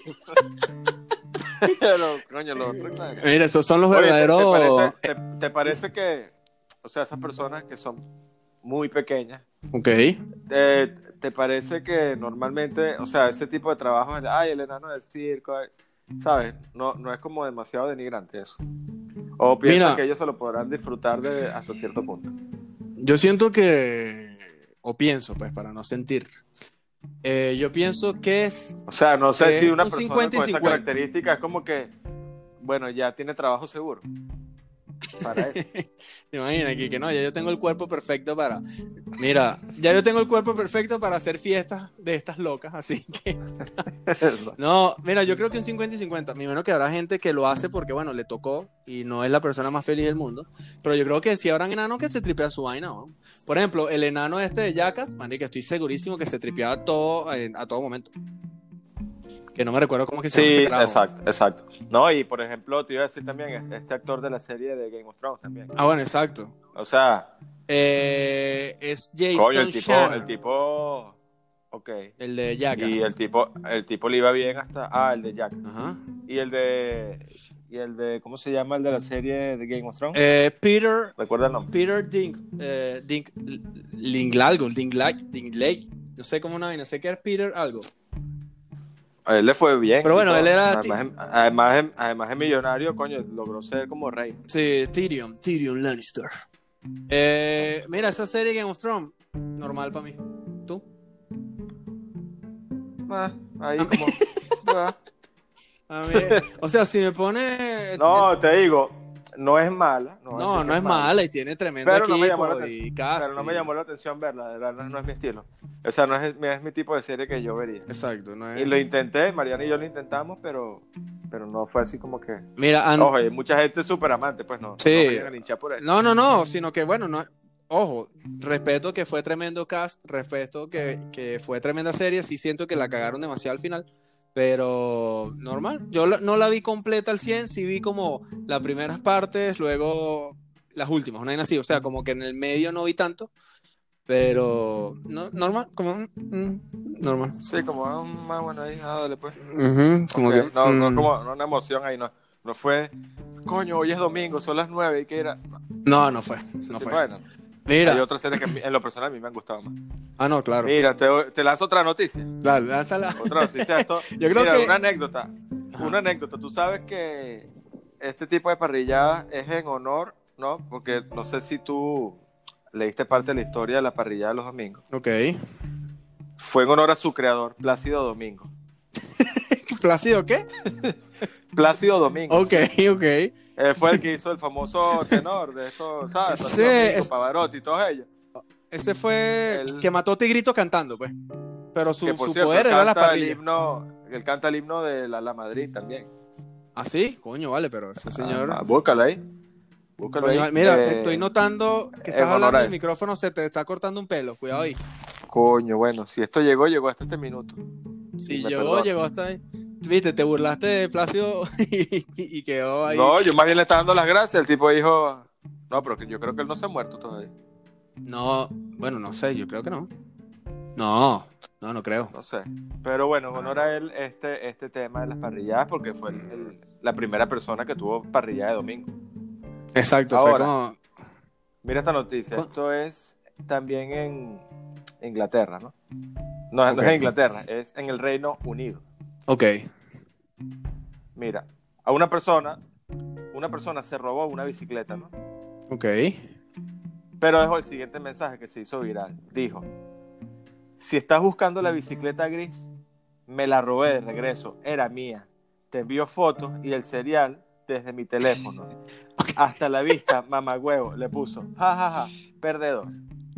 pero. Pero, coño, los otros, ¿sabes? Mira, esos son los Oye, ¿te- verdaderos. ¿te, parece, te, te parece que, o sea, esas personas que son muy pequeñas, Ok. eh, ¿te parece que normalmente, o sea, ese tipo de trabajo, el- ay, el enano del circo, ay, ¿sabes? No, no es como demasiado denigrante eso. O piensas Mira. que ellos se lo podrán disfrutar de, hasta cierto punto. Yo siento que, o pienso, pues, para no sentir, eh, yo pienso que es, O sea, no sé Eh, si una un persona cincuenta y con esa cincuenta. característica es como que, bueno, ya tiene trabajo seguro. Para eso. te imaginas, que, que no, ya yo tengo el cuerpo perfecto para, mira, ya yo tengo el cuerpo perfecto para hacer fiestas de estas locas, así que, no, mira, yo creo que un cincuenta y cincuenta, mi menos que habrá gente que lo hace porque, bueno, le tocó y no es la persona más feliz del mundo, pero yo creo que sí habrán enanos que se tripean su vaina, ¿no? Por ejemplo, el enano este de Jackass, man, que estoy segurísimo que se tripeaba todo, eh, a todo momento. Que no me recuerdo cómo es que se llama Sí, ese carajo. exacto, exacto. No, y por ejemplo, te iba a decir también, este actor de la serie de Game of Thrones también. Ah, bueno, exacto. O sea, Eh, es Jason coño, el tipo, Shannon, el tipo, ok. el de Jackass. Y el tipo, el tipo le iba bien hasta, ah, el de Jack. Ajá. Y el de, y el de, ¿cómo se llama el de la serie de Game of Thrones? Eh, Peter, ¿Recuerda el nombre? Peter Dink, eh, Dink, Linglalgo, Dinklage, Dinklage, no sé cómo una vaina, sé que es Peter algo. A él le fue bien. Pero bueno, y todo. él era Además, ti- además, además es millonario, coño, logró ser como rey. Sí, Tyrion, Tyrion Lannister. Eh, mira, esa serie Game of Thrones, normal para mí. ¿Tú? Ah, ahí A mí- como, ah. A mí, o sea, si me pone... No, te digo, no es mala. No, No, no es mala y tiene tremendo pero no me llamó la equipo atención. y cast. Pero no me y- llamó la atención verla, de verdad, no, no es mi estilo. O sea, no es, no es mi tipo de serie que yo vería. Exacto, no Y es... lo intenté, Mariana y yo lo intentamos, pero, pero no fue así como que... Mira, an- Ojo, hay mucha gente súper amante, pues no, no sí. nos vayan a linchar por eso. No, no, no, sino que bueno, no, ojo, respeto que fue tremendo cast, respeto que, que fue tremenda serie, sí siento que la cagaron demasiado al final, pero normal. Yo la- no la vi completa al cien, sí vi como las primeras partes, luego las últimas, una vez así, o sea, como que en el medio no vi tanto, pero no, normal, como mm, mm, normal. Sí, como ah, más bueno ahí, ah, dale pues. Ujú, como Ok, que no, no, mm, como no una emoción ahí, no. No fue, coño, hoy es domingo, son las nueve y que era. no, no fue, no fue. Bueno, Mira, hay otras series que a mí- en lo personal a mí me han gustado más. ah, no, claro. Mira, te, te lanzo otra noticia. Dale, lánzala. Otra noticia. Esto, Yo creo mira, que- una anécdota. Ajá. Una anécdota. Tú sabes que este tipo de parrilladas es en honor, ¿no? Porque no sé si tú leíste parte de la historia de la parrillada de los domingos. Ok. Fue en honor a su creador, Plácido Domingo. ¿Plácido qué? Plácido Domingo. Ok, ok. Él fue el que hizo el famoso tenor de estos, ¿sabes? Sí, Plácido Domingo, es- Pavarotti y todos ellos. Ese fue El- que mató a Tigrito cantando, pues. Pero su, Que por su cierto, poder él era la canta el parrilla. himno, él canta el himno de la, la Madrid también. ¿Ah, sí? Coño, vale, pero ese señor... Ah, búscalo ahí. Búscalo Coño, ahí. mira, Eh, estoy notando que en estás honor hablando a y el él. micrófono se te está cortando un pelo. Cuidado ahí. Coño, bueno, si esto llegó, llegó hasta este minuto. Si me llegó, perdona. llegó hasta ahí. Viste, te burlaste de Plácido y, y quedó ahí. No, yo más bien le estaba dando las gracias. El tipo dijo, no, pero que yo creo que él no se ha muerto todavía. No, bueno, no sé, yo creo que no. No, no, no creo. No sé. Pero bueno, en honor a él, este, este tema de las parrilladas, porque fue el- el- la primera persona que tuvo parrillada de domingo. Exacto, Ahora. fue como... Mira esta noticia. ¿Cu- Esto es también en Inglaterra, ¿no? No, no Ok. es en Inglaterra, es en el Reino Unido. Ok. Mira, a una persona, una persona se robó una bicicleta, ¿no? Ok. Pero dejó el siguiente mensaje que se hizo viral. Dijo, si estás buscando la bicicleta gris, me la robé de regreso, era mía. Te envío fotos y el serial desde mi teléfono. Hasta la vista, mamagüevo, le puso, ja, ja, ja, perdedor.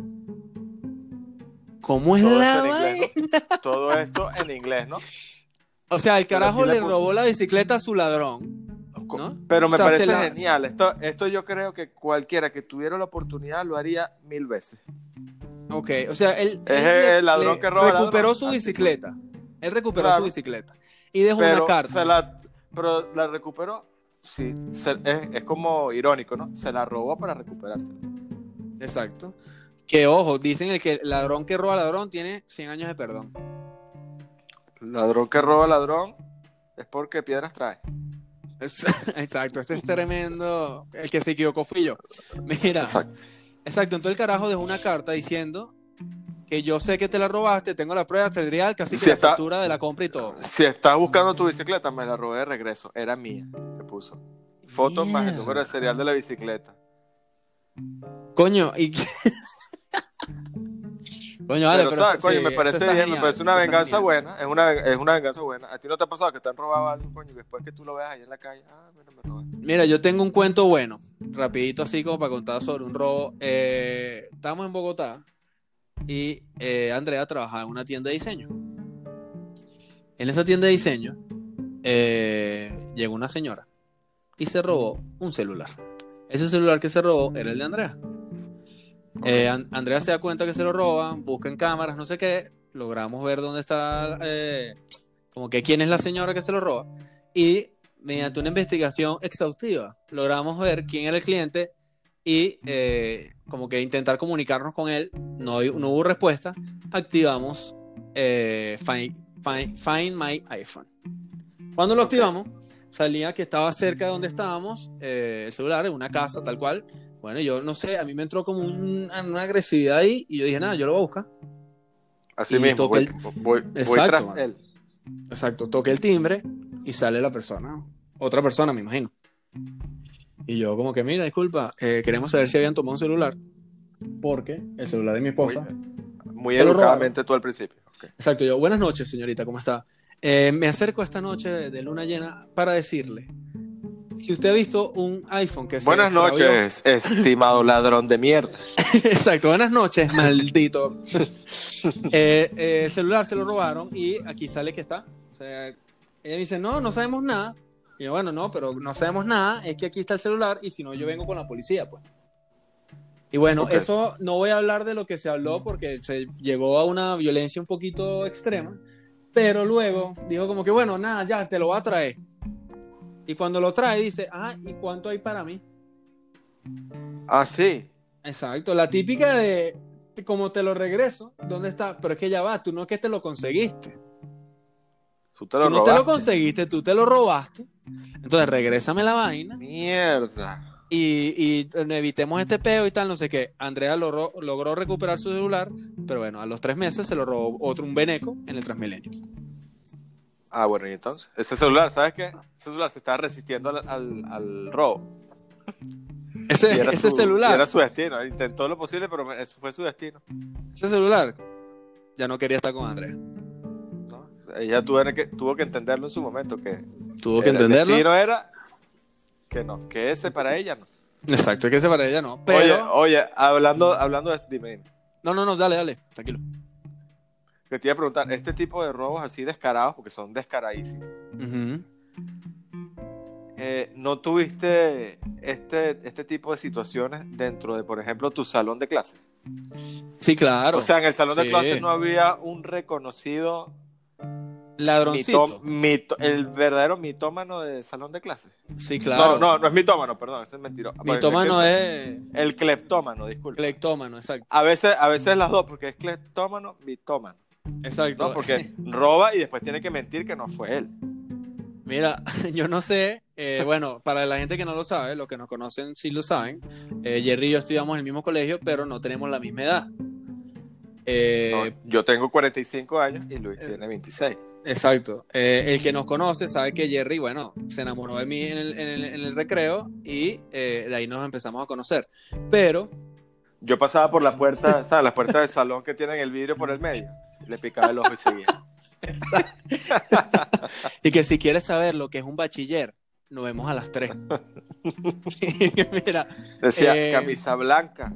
¿Cómo es Todo la esto en vaina? inglés, ¿no? Todo esto en inglés, ¿no? O sea, el Pero carajo sí le le puso- robó la bicicleta a su ladrón. ¿No? Pero me O sea, se parece la- genial. Esto, esto yo creo que cualquiera que tuviera la oportunidad lo haría mil veces. Ok, o sea, él, Es él le- el ladrón le que roba recuperó ladrón. su Así bicicleta. Él recuperó Claro. su bicicleta. Y dejó Pero, una carta. se la, pero la recuperó. Sí, se- es, es como irónico, ¿no? Se la robó para recuperársela. Exacto. Que ojo, dicen el que el ladrón que roba ladrón tiene cien años de perdón. Ladrón que roba ladrón es porque piedras trae. Es- Exacto, este es tremendo. El que se equivocó fui yo. Mira. Exacto. Exacto, entonces el carajo dejó una carta diciendo que yo sé que te la robaste, tengo la prueba serial, casi que Si la está- factura de la compra y todo. Si estás buscando tu bicicleta, me la robé de regreso. Era mía. Le puso. Foto más el número de serial de la bicicleta. Coño, y... Coño, vale, pero, pero ¿sabes? eso- Coño, sí, me eso parece está bien, genial, me parece una eso está venganza genial. buena. Es una, es una venganza buena. ¿A ti no te ha pasado que te han robado algo, coño, y después que tú lo veas ahí en la calle? Ah, mira, me robaste. Mira, yo tengo un cuento bueno, rapidito así como para contar sobre un robo. Eh, estamos en Bogotá y eh, Andrea trabajaba en una tienda de diseño. En esa tienda de diseño eh, llegó una señora y se robó un celular. Ese celular que se robó era el de Andrea. Eh, An- Andrea se da cuenta que se lo roban, busca en cámaras, no sé qué, logramos ver dónde está, eh, como que quién es la señora que se lo roba, y mediante una investigación exhaustiva logramos ver quién era el cliente y eh, como que intentar comunicarnos con él, no, hay- no hubo respuesta, activamos eh, find, Find- Find My iPhone. Cuando lo Ok. activamos, salía que estaba cerca de donde estábamos, eh, el celular, en una casa tal cual. Bueno, yo no sé, a mí me entró como un- una agresividad ahí y yo dije, nada, yo lo voy a buscar. Así Y mismo, toqué voy, voy, voy Exacto, tras man. él. Exacto, toqué el timbre y sale la persona, otra persona, me imagino. Y yo como que, mira, disculpa, eh, queremos saber si habían tomado un celular, porque el celular de mi esposa Muy, muy Se lo educadamente tú al principio. Okay. Exacto, yo, buenas noches, señorita, ¿cómo está? Eh, me acerco esta noche de, de luna llena para decirle, si usted ha visto un iPhone que se Buenas extravió... noches, estimado ladrón de mierda. Exacto, buenas noches, maldito. Eh, eh, el celular se lo robaron y aquí sale que está. O sea, ella dice, no, no sabemos nada. Y yo, bueno, no, pero no sabemos nada, es que aquí está el celular y si no, yo vengo con la policía, pues. Y bueno, Okay. eso no voy a hablar de lo que se habló porque se llegó a una violencia un poquito extrema, pero luego dijo como que, bueno, nada, ya, te lo voy a traer. Y cuando lo trae dice, ah, ¿y cuánto hay para mí? Ah, sí. Exacto, la típica de, como te lo regreso, ¿dónde está? Pero es que ya va, tú no es que te lo conseguiste. Tú te lo Tú no robaste. te lo conseguiste, tú te lo robaste. Entonces, regrésame la vaina. Mierda. Y, y evitemos este peo y tal, no sé qué. Andrea logró, logró recuperar su celular, pero bueno, a los tres meses se lo robó otro, un beneco, en el Transmilenio. Ah, bueno, y entonces, ese celular, ¿sabes qué? Ese celular se estaba resistiendo al, al, al robo. Ese, Y era ese su, celular, y era su destino. Intentó lo posible, pero eso fue su destino. ese celular, ya no quería estar con Andrea. ¿No? Ella tuvo que, tuvo que entenderlo en su momento, que Tuvo que era- entenderlo. el destino era que no, que ese para ella no. Exacto, es que ese para ella no. Pero. Oye, oye, hablando, hablando de, dime, dime, No, no, no, dale, dale, tranquilo. que te iba a preguntar, este tipo de robos así descarados, porque son descaradísimos, Uh-huh. eh, ¿no tuviste este, este tipo de situaciones dentro de, por ejemplo, tu salón de clase? Sí, claro. O sea, en el salón de Sí. clase no había un reconocido Ladroncito. mito- mito- el verdadero mitómano de salón de clase. Sí, claro. No, no, no es mitómano, perdón, ese es mentiroso. Mitómano es... es. El cleptómano, disculpa. Cleptómano, exacto. A veces, a veces las dos, porque es cleptómano, mitómano. Exacto. ¿No? Porque roba y después tiene que mentir que no fue él. Mira, yo no sé, eh, bueno, para la gente que no lo sabe, los que nos conocen sí lo saben, eh, Jerry y yo estudiamos en el mismo colegio, pero no tenemos la misma edad. Eh, No, yo tengo cuarenta y cinco años y Luis eh, tiene veintiséis. Exacto. Eh, el que nos conoce sabe que Jerry, bueno, se enamoró de mí en el, en el, en el recreo y eh, de ahí nos empezamos a conocer. Pero... Yo pasaba por la puerta, ¿sabes? La puerta del salón que tienen el vidrio por el medio. Le picaba el ojo y seguía. Y que si quieres saber lo que es un bachiller, nos vemos a las tres. Mira, Decía, eh, camisa blanca.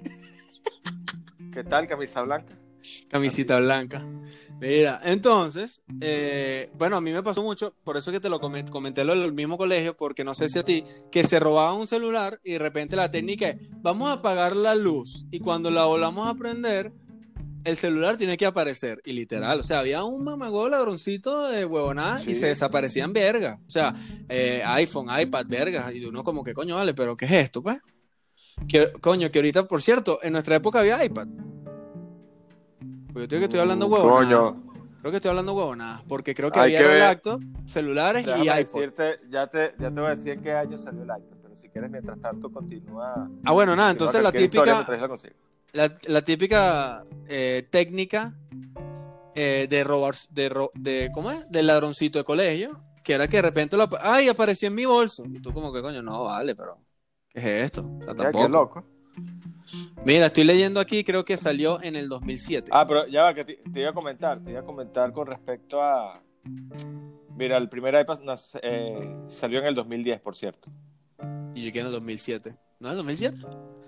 ¿Qué tal, camisa blanca? camisita blanca. Mira, entonces, eh, bueno, a mí me pasó mucho, por eso que te lo comenté, comenté lo del mismo colegio, porque no sé si a ti, que se robaban un celular y de repente la técnica es, vamos a apagar la luz y cuando la volvamos a prender, el celular tiene que aparecer. Y literal, o sea, había un mamagüevo ladroncito de huevonada Sí. y se desaparecían verga. O sea, eh, iPhone, iPad, verga. Y uno como que, coño, vale, pero ¿qué es esto, pues? Que, coño, que ahorita, por cierto, en nuestra época había iPad. Pues yo creo que estoy hablando Uh, huevonadas. coño. Creo que estoy hablando huevonadas. Porque creo que Hay había que ver. lacto, celulares Déjame y iPod. decirte, ya te, ya te voy a decir en qué año salió el iPad, pero si quieres, mientras tanto, continúa. Ah, bueno, nada, continúa entonces la cualquier historia típica, mientras yo la consigo. la, la típica eh, técnica eh, de robar, de, ro- de, ¿cómo es? Del ladroncito de colegio, que era que de repente lo, ay, apareció en mi bolso. Y tú como que, coño, no, vale, pero ¿qué es esto? O sea, Ya, tampoco. qué loco. Mira, estoy leyendo aquí, creo que salió en el dos mil siete. Ah, pero ya va, que te, te iba a comentar, te iba a comentar con respecto a... Mira, el primer iPad nos- eh, salió en el dos mil diez, por cierto. Y llegué en el dos mil siete. ¿No es el dos mil siete?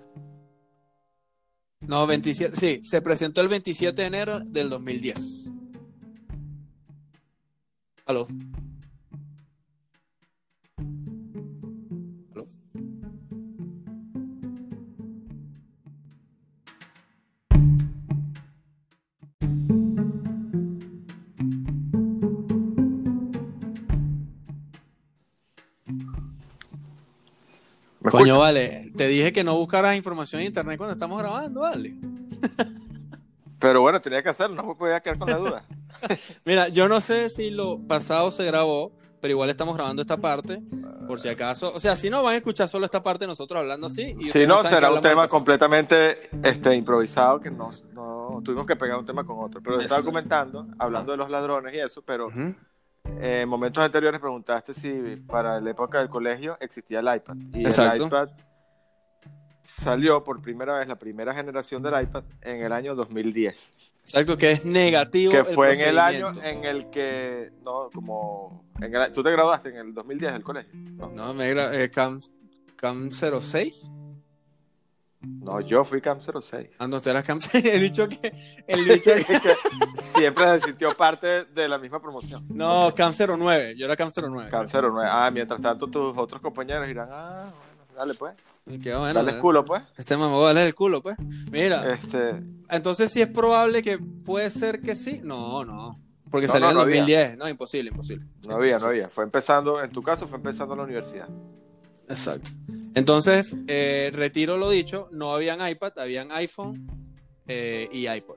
No, veintisiete. Sí, se presentó el veintisiete de enero del dos mil diez. ¿Aló? ¿Aló? ¿Me Coño, escuchas? vale, te dije que no buscaras información en internet cuando estamos grabando, vale. Pero bueno, tenía que hacerlo, no me podía quedar con la duda. Mira, yo no sé si lo pasado se grabó, pero igual estamos grabando esta parte, por si acaso. O sea, si no, van a escuchar solo esta parte de nosotros hablando así. Y Si ustedes no, saben que será un hablamos tema del pasado. completamente este, improvisado que no, no tuvimos que pegar un tema con otro. Pero estaba Eso. comentando, hablando de los ladrones y eso, pero Ujú. eh, en momentos anteriores preguntaste si para la época del colegio existía el iPad. Y Exacto. el iPad salió por primera vez la primera generación del iPad en el año dos mil diez. Exacto, que es negativo. Que el fue en el año procedimiento. en el que, no, como, en el- tú te graduaste en el dos mil diez del colegio, ¿no? No, me gra- eh, Cam, Cam cero seis. No, yo fui Cam cero seis. Ah, no, tú eras Cam. El dicho que. El dicho que. Que siempre se sintió parte de la misma promoción. No, Cam cero nueve. Yo era Cam cero nueve. Cam cero nueve. Ah, mientras tanto tus otros compañeros dirán, ah, bueno, dale pues, Y qué bueno. dale eh. culo pues. Este mamá es el culo, pues. Mira, Este, entonces sí es probable que puede ser que sí. No, no. Porque No, salió no, en no el dos mil había. diez. No, imposible, imposible. no había, no había. Fue empezando, en tu caso fue empezando la universidad. Exacto. Entonces, eh, retiro lo dicho, no habían iPad, habían iPhone eh, y iPod.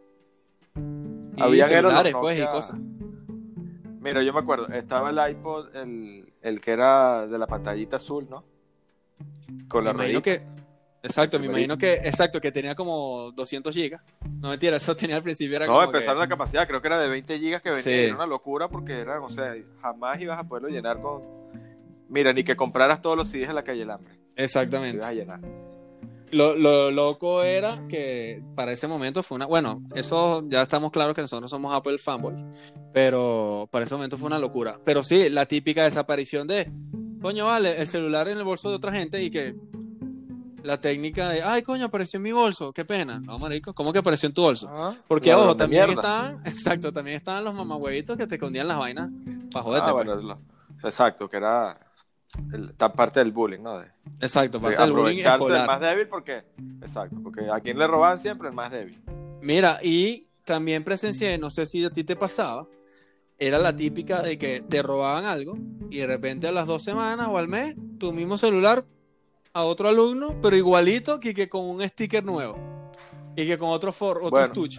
Y Habían eran los celulares, pues, y Nokia. cosas. Mira, yo me acuerdo, estaba el iPod, el, el que era de la pantallita azul, ¿no? Con Me la imagino ruedita. que, exacto, me Primerito. imagino que, exacto, que tenía como doscientos gigas. No, mentira, eso tenía al principio, era No, como empezaron que... la capacidad, creo que era de veinte gigas que venía, Sí. y era una locura porque eran, o sea, jamás ibas a poderlo llenar con... Mira, ni que compraras todos los C Ds en la calle El Hambre, lo Exactamente. ibas a llenar. Lo, lo loco era que para ese momento fue una... Bueno, eso ya estamos claros que nosotros somos Apple fanboy, pero para ese momento fue una locura. Pero sí, la típica desaparición de, coño, vale, el celular en el bolso de otra gente y que la técnica de, ay, coño, apareció en mi bolso, qué pena. No, marico, ¿cómo que apareció en tu bolso? Ah, Porque, ladrón ojo, de también mierda. estaban, exacto, también estaban los mamagüevitos que te escondían las vainas para joderte, Ah, pues. bueno, lo- exacto, que era el- esta parte del bullying, ¿no? De, Exacto, de parte del bullying aprovecharse del escolar. más débil porque, exacto, porque a quien le robaban siempre el más débil. Mira, y también presencié, no sé si a ti te pasaba, era la típica de que te robaban algo y de repente a las dos semanas o al mes, tu mismo celular a otro alumno, pero igualito que, que con un sticker nuevo y que con otro, for, otro Bueno. estuche.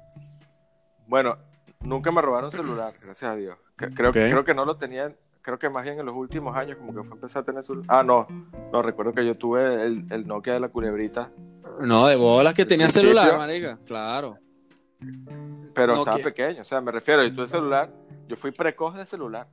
Bueno, nunca me robaron celular, gracias a Dios. Que- Creo, Ok. creo que no lo tenían, creo que más bien en los últimos años como que fue a empezar a tener celular. Ah, no, no, recuerdo que yo tuve el, el Nokia de la culebrita, No, de bolas que tenía ¿Al celular, principio? marica. Claro. pero Nokia. estaba pequeño, o sea, me refiero, yo tuve celular, yo fui precoz de celular,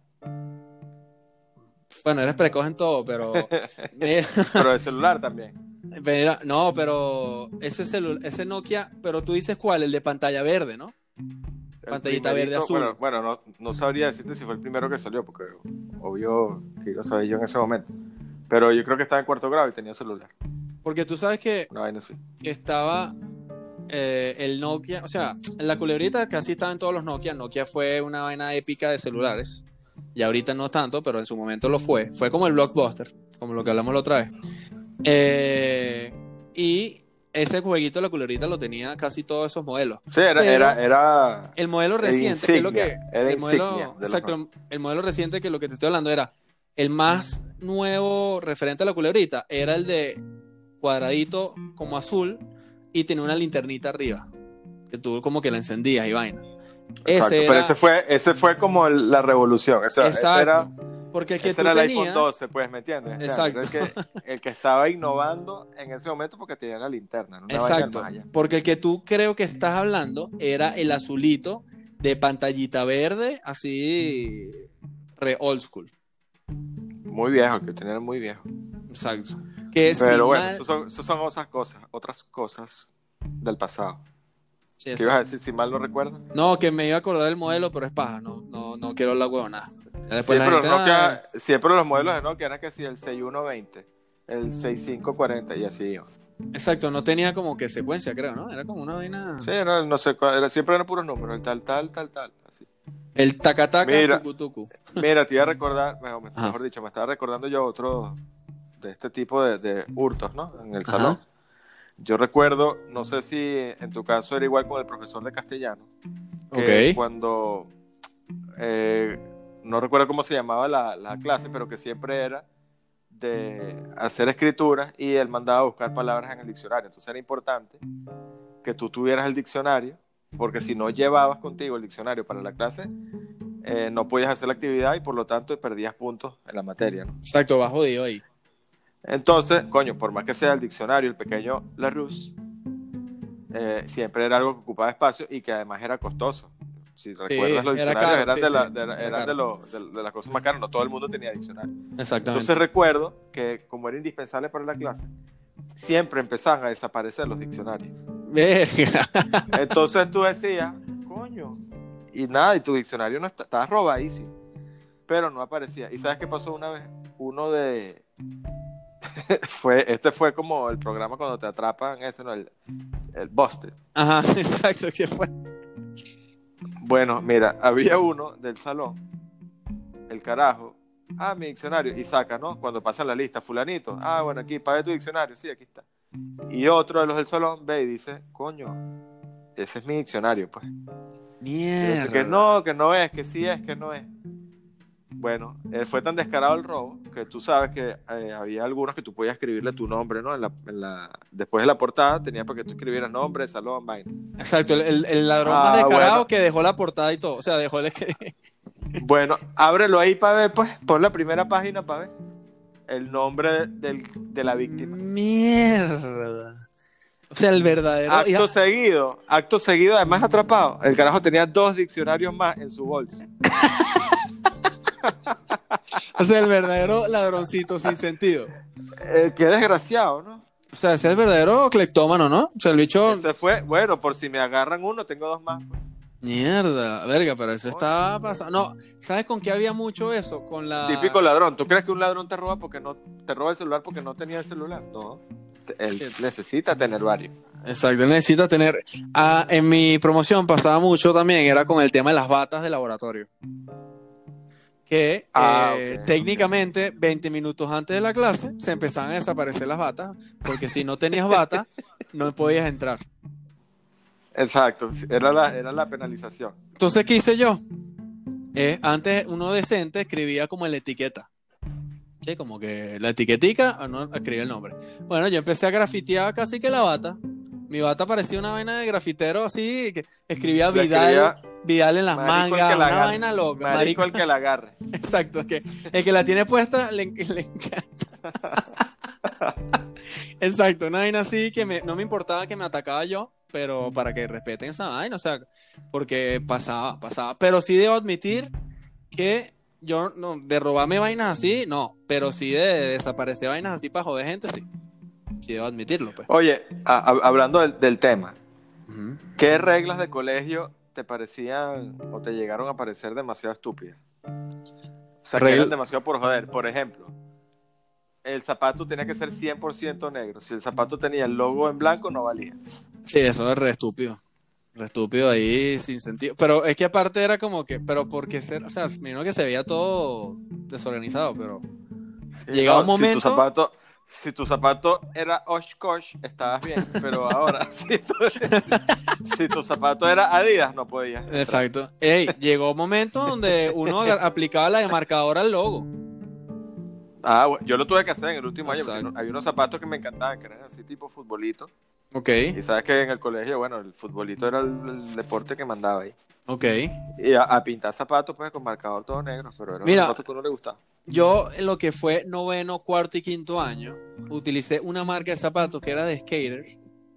Bueno, eres precoz en todo, pero... Mira, pero de celular también. mira, no, pero ese celular, ese Nokia, pero tú dices cuál, el de pantalla verde, ¿no? El Pantallita verde primerito, azul. Bueno, bueno no, no sabría decirte si fue el primero que salió, porque obvio que iba a saber yo en ese momento. Pero yo creo que estaba en cuarto grado y tenía celular, Porque tú sabes que una vaina así. estaba eh, el Nokia, o sea, la culebrita casi estaba en todos los Nokia. Nokia fue una vaina épica de celulares. Y ahorita no tanto, pero en su momento lo fue. Fue como el Blockbuster, como lo que hablamos la otra vez. Eh, y ese jueguito de la culebrita lo tenía casi todos esos modelos. Sí, era, Pero- era, era El modelo Era reciente, que es lo que. insignia, era el modelo, insignia de los exacto, el modelo reciente que lo que te estoy hablando era el más nuevo referente a la culebrita, era el de cuadradito como azul y tenía una linternita arriba. Que tú como que la encendías y vaina. Exacto, Ese pero era. ese fue, ese fue como el- la revolución. Ese, ese era, Exacto. Porque el que ese tú era el tenías. iPhone doce, pues, ¿me entiendes? O sea, Exacto. era el que, el que estaba innovando en ese momento porque tenía la linterna, ¿no? Una vaina Exacto. más allá. Porque el que tú creo que estás hablando era el azulito de pantallita verde, así. Re old school. Muy viejo, el que tenía era muy viejo. Exacto. Que si Pero bueno, mal- eso son, eso son otras cosas, otras cosas del pasado. Sí, ¿Qué exacto. ibas a decir si mal no recuerdo? No, que me iba a acordar el modelo, pero es paja, no, no, no quiero hablar huevonada. Ya después la Siempre los, gente, Nokia, "Ah". siempre los modelos de Nokia eran que sí, el sesenta y uno veinte, el sesenta y cinco cuarenta y así iba. Exacto, no tenía como que secuencia, creo, ¿no? Era como una vaina. Sí, era, no sé cuál, era, siempre eran puros números, el tal, tal, tal, tal, así. El tacataca Mira. tucu tucu. Mira, te iba a recordar, mejor, Ajá. mejor dicho, me estaba recordando yo otro de este tipo de, de hurtos, ¿no? En el Ajá. salón. Yo recuerdo, no sé si en tu caso era igual con el profesor de castellano, que Ok. cuando, eh, no recuerdo cómo se llamaba la, la clase, pero que siempre era de hacer escrituras y él mandaba a buscar palabras en el diccionario. Entonces era importante que tú tuvieras el diccionario, porque si no llevabas contigo el diccionario para la clase, eh, no podías hacer la actividad y por lo tanto perdías puntos en la materia, ¿no? Exacto, va jodido ahí. Entonces, coño, por más que sea el diccionario, el pequeño Larousse, eh, siempre era algo que ocupaba espacio y que además era costoso. Si recuerdas, los era diccionarios caro, eran, sí, de, sí, la- de- era eran caro. de, lo- de- de las cosas más caras, no todo el mundo tenía diccionario. Exactamente. Entonces recuerdo que como era indispensable para la clase, siempre empezaban a desaparecer los diccionarios. Verga. Entonces tú decías, coño, y nada, y tu diccionario no está, estaba robadísimo, pero no aparecía. ¿Y sabes qué pasó una vez? Uno de... fue Este fue como el programa cuando te atrapan, ese, ¿no? El, el Busted. Ajá, exacto, ¿qué fue? Bueno, mira, había uno del salón, el carajo, ah, mi diccionario, y saca, ¿no? Cuando pasa la lista, fulanito, ah, bueno, aquí, pague tu diccionario, sí, aquí está. Y otro de los del salón ve y dice, coño, ese es mi diccionario, pues. Mierda. Que no, que no es, que sí es, que no es. Bueno, eh, fue tan descarado el robo que tú sabes que eh, había algunos que tú podías escribirle tu nombre, ¿no? En la, en la, después de la portada tenía para que tú escribieras nombre, salón, vaina. Exacto, el, el ladrón Ah, más descarado bueno. que dejó la portada y todo. O sea, dejó el... Bueno, ábrelo ahí para ver, pues, pon la primera página para ver el nombre del, de la víctima. Mierda. O sea, el verdadero... Acto ya... seguido, acto seguido, además atrapado. El carajo tenía dos diccionarios más en su bolsa. O sea, el verdadero ladroncito sin sentido. Eh, qué desgraciado, ¿no? O sea, ese es el verdadero cleptómano, ¿no? O sea, el bicho... Ese fue, bueno, por si me agarran uno, tengo dos más. Pues. Mierda, verga, pero eso está pasando. No, ¿sabes con qué había mucho eso? Con la... Típico ladrón. ¿Tú crees que un ladrón te roba porque no te roba el celular porque no tenía el celular? No. Él necesita tener varios. Exacto, él necesita tener... Ah, en mi promoción pasaba mucho también, era con el tema de las batas de laboratorio. Que Ah, eh, okay, técnicamente okay. veinte minutos antes de la clase se empezaban a desaparecer las batas, porque si no tenías bata, no podías entrar. Exacto, era la, era la penalización. Entonces, ¿qué hice yo? Eh, antes uno decente escribía como en la etiqueta. Sí, como que la etiquetica, o no escribía el nombre. Bueno, yo empecé a grafitear casi que la bata. Mi bata parecía una vaina de grafitero así, que escribía Vidal, Vidal en las mangas, una agarre. Vaina loca. Marico, marico el que la agarre. Exacto, es que el que la tiene puesta le, le encanta. Exacto, una vaina así que me, no me importaba que me atacaba yo, pero para que respeten esa vaina, o sea, porque pasaba, pasaba. Pero sí debo admitir que yo, no, de robarme vainas así, no, pero sí de desaparecer vainas así para joder gente, sí. Sí debo admitirlo, pues. Oye, a, a, hablando del, del tema, uh-huh. ¿Qué reglas de colegio te parecían o te llegaron a parecer demasiado estúpidas? O sea, Regl- que eran demasiado por joder. Por ejemplo, el zapato tenía que ser cien por ciento negro. Si el zapato tenía el logo en blanco, no valía. Sí, eso es re estúpido. Re estúpido ahí, sin sentido. Pero es que aparte era como que, pero porque ser, o sea, me imagino que se veía todo desorganizado, pero sí, llegaba no, un momento... Si tu zapato, si tu zapato era Oshkosh, estabas bien, pero ahora, si tu, si, si tu zapato era Adidas, no podías. Exacto. Ey, llegó un momento donde uno aplicaba la demarcadora al logo. Ah, bueno, yo lo tuve que hacer en el último Exacto. año, porque hay unos zapatos que me encantaban, que eran así tipo futbolito. Ok. Y sabes que en el colegio, bueno, el futbolito era el, el deporte que mandaba ahí. Ok. Y a, a pintar zapatos, pues, con marcador todo negro, pero era Mira, un zapato que no le gustaba. Yo, en lo que fue noveno, cuarto y quinto año, utilicé una marca de zapatos que era de skaters.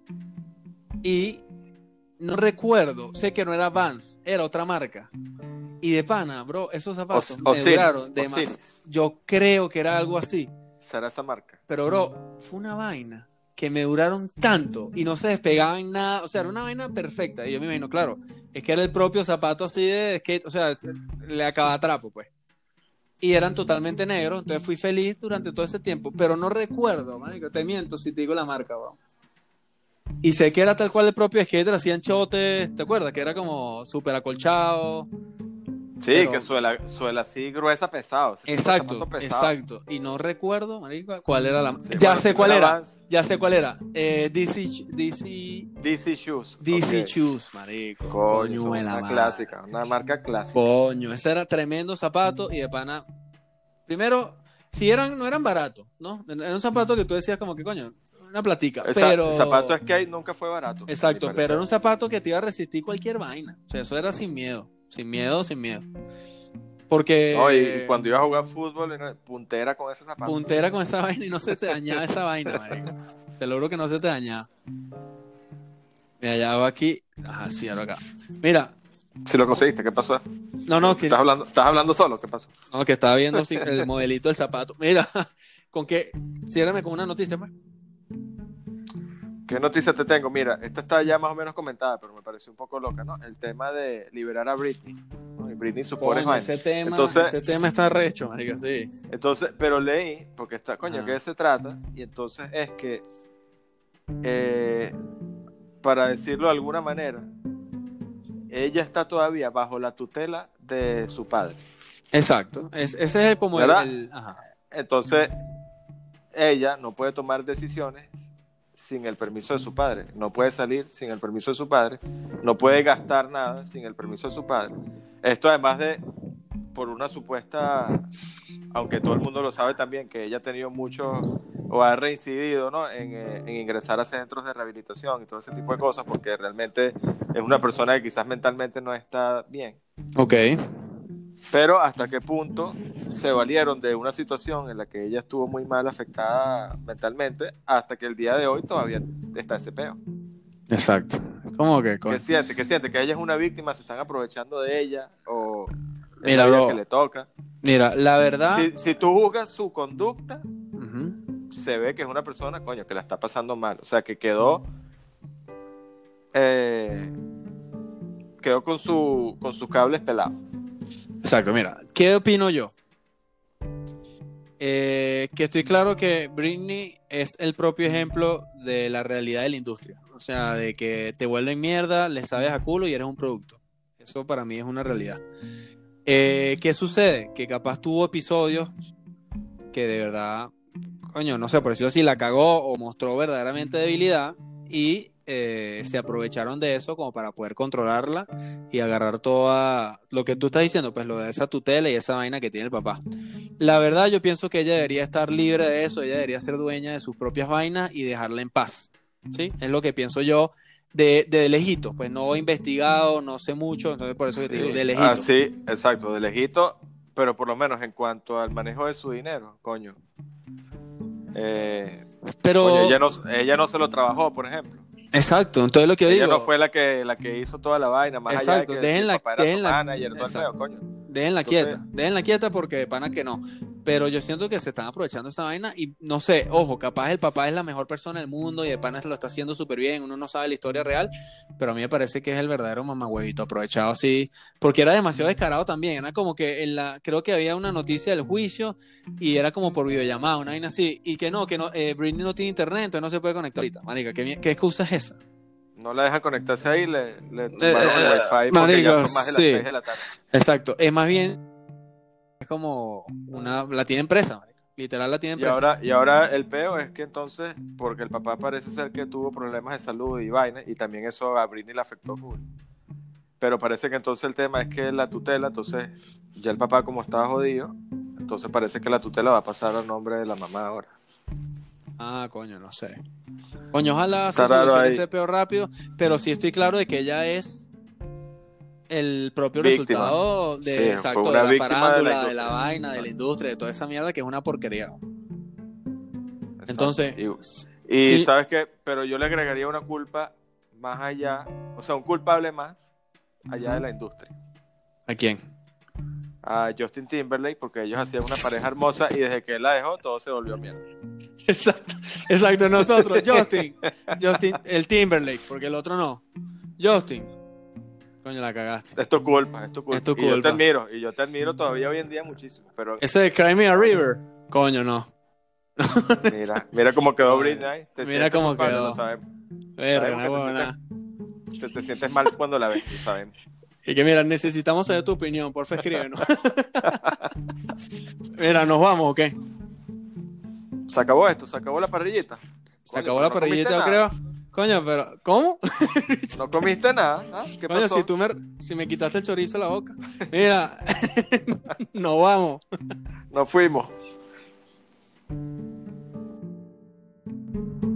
Y no recuerdo, sé que no era Vans, era otra marca. Y de pana, bro, esos zapatos o, me o duraron cines, de más. Yo creo que era algo así. ¿Será esa marca? Pero, bro, fue una vaina que me duraron tanto y no se despegaban nada. O sea, era una vaina perfecta. Y yo me imagino, claro, es que era el propio zapato así de skate. O sea, le acababa trapo, pues. Y eran totalmente negros, entonces fui feliz durante todo ese tiempo, pero no recuerdo, marico, te miento si te digo la marca, bro. Y sé que era tal cual el propio skater, hacían chotes, ¿te acuerdas? Que era como súper acolchado. Sí, pero... que suela, suela así gruesa, pesado. Exacto, pesado. Exacto. Y no recuerdo, marico, cuál era la... Sí, bueno, ya sé cuál era, Vans... ya sé cuál era. Eh, D C... D C... D C Shoes. D C okay. Shoes, marico. Coño, Coño una madre. Clásica, una marca clásica. Coño, ese era tremendo zapato y de pana... Primero, si eran, no eran baratos, ¿no? Era un zapato que tú decías como que, coño, una platica, el pero... El zapato skate nunca fue barato. Exacto, pero era un zapato que te iba a resistir cualquier vaina. O sea, eso era sin miedo, sin miedo, sin miedo. Porque... No, y cuando ibas a jugar fútbol, era puntera con ese zapato. Puntera con esa vaina y no se te dañaba esa vaina, marico. Te lo juro que no se te dañaba. Mira, ya va aquí. Ajá, sí, ahora acá. Mira. Si lo conseguiste, ¿qué pasó? No, no, que... ¿Estás hablando, ¿Estás hablando solo? ¿Qué pasó? No, que estaba viendo el modelito del zapato. Mira, con que... Ciérrame con una noticia, pues. ¿Qué noticia te tengo? Mira, esta está ya más o menos comentada, pero me pareció un poco loca, ¿no? El tema de liberar a Britney, ¿no? Y Britney supone Coño, ese tema, entonces, ese tema está recho, marica, sí. entonces, pero leí, porque está, coño, Ajá. ¿qué se trata? Y entonces es que, eh, para decirlo de alguna manera, ella está todavía bajo la tutela de su padre, Exacto. Es, ese es como el, ¿verdad? el- ajá. Entonces, ella no puede tomar decisiones sin el permiso de su padre, no puede salir sin el permiso de su padre, no puede gastar nada sin el permiso de su padre. Esto además de, por una supuesta, aunque todo el mundo lo sabe también, que ella ha tenido mucho, o ha reincidido, ¿no? en, eh, en ingresar a centros de rehabilitación y todo ese tipo de cosas, porque realmente es una persona que quizás mentalmente no está bien. Ok. Pero hasta qué punto se valieron de una situación en la que ella estuvo muy mal afectada mentalmente, hasta que el día de hoy todavía está ese peo. Exacto. ¿Cómo que, coño? ¿Qué siente? ¿Qué siente? ¿Que ella es una víctima? ¿Se están aprovechando de ella? ¿O es Mira, la vida bro, que le toca? Mira, la verdad. Si, si tú juzgas su conducta, Ujú. se ve que es una persona, coño, que la está pasando mal. O sea, que quedó... Eh, quedó con, su, con sus cables pelados. Exacto, mira, ¿qué opino yo? Eh, que estoy claro que Britney es el propio ejemplo de la realidad de la industria. O sea, de que te vuelven mierda, le sabes a culo y eres un producto. Eso para mí es una realidad. Eh, ¿qué sucede? Que capaz tuvo episodios que de verdad, coño, no sé, por decirlo así, la cagó o mostró verdaderamente debilidad y eh, se aprovecharon de eso como para poder controlarla y agarrar toda lo que tú estás diciendo, pues lo de esa tutela y esa vaina que tiene el papá. La verdad, yo pienso que ella debería estar libre de eso, ella debería ser dueña de sus propias vainas y dejarla en paz. ¿Sí? Es lo que pienso yo de, de lejito, pues no he investigado, no sé mucho, entonces por eso que te digo, Sí, de lejito. así, exacto, de lejito, pero por lo menos en cuanto al manejo de su dinero, coño. Eh, Pero, coño, ella no, ella no se lo trabajó, por ejemplo. exacto, entonces lo que yo Ella digo, no fue la que, la que hizo toda la vaina, más exacto, allá de que si el déjenla, papá era su déjenla, manager, todo el exacto. pedo, coño. Déjenla Entonces, quieta, déjenla quieta porque de pana que no. Pero yo siento que se están aprovechando esa vaina y no sé, ojo, capaz el papá es la mejor persona del mundo y de pana se lo está haciendo súper bien, uno no sabe la historia real, pero a mí me parece que es el verdadero mamagüevito aprovechado así, porque era demasiado descarado también, era como que en la, creo que había una noticia del juicio y era como por videollamada, una vaina así, y que no, que no, eh, Britney no tiene internet, entonces no se puede conectar ahorita, marica, ¿qué, qué excusa es esa? no la dejan conectarse ahí, le, le Eh, tumbaron el eh, wifi porque marico, ya son más de las sí, seis de la tarde. exacto, es más bien es como una, la tiene empresa, marica. Literal la tiene Y empresa. ahora, y ahora el peo es que entonces, porque el papá parece ser que tuvo problemas de salud y vaina, y también eso a Britney le afectó full. Pero parece que entonces el tema es que la tutela, entonces ya el papá como estaba jodido, entonces parece que la tutela va a pasar al nombre de la mamá ahora. Ah, coño, no sé. Coño, ojalá Está se raro solucione ahí. ese peo rápido, pero sí estoy claro de que ella es el propio Víctima. resultado de, Sí, fue exacto, una de la víctima de la farándula, de la, industria. vaina, de la Exacto. industria, de toda esa mierda que es una porquería. Exacto. Entonces, Y, y sí, sabes qué, pero yo le agregaría una culpa más allá, o sea, un culpable más allá de la industria. ¿a quién? A Justin Timberlake, porque ellos hacían una pareja hermosa y desde que él la dejó todo se volvió mierda. Exacto, exacto, nosotros, Justin, Justin, el Timberlake, porque el otro no. Justin, coño, la cagaste. Es tu culpa, es tu culpa. Es tu Y yo te culpa. admiro, y yo te admiro todavía hoy en día muchísimo, pero Ese de Cry Me a River, coño, no. mira, mira cómo quedó No, Britney ahí. Te mira sientes cómo culpable, quedó. lo sabemos. Verga, Sabemos una que te huevona. sientes, te, te sientes mal cuando la ves, lo sabemos. Y que mira, necesitamos saber tu opinión, porfa, escríbenos. Mira, ¿nos vamos o qué? Se acabó esto, se acabó la parrillita. Se Coño, acabó pero la no comiste parrillita, yo nada. creo. Coño, pero, ¿cómo? No comiste nada. ¿Ah? ¿Qué Coño, pasó? si tú me, si me quitaste el chorizo de la boca. Mira, nos vamos. Nos fuimos.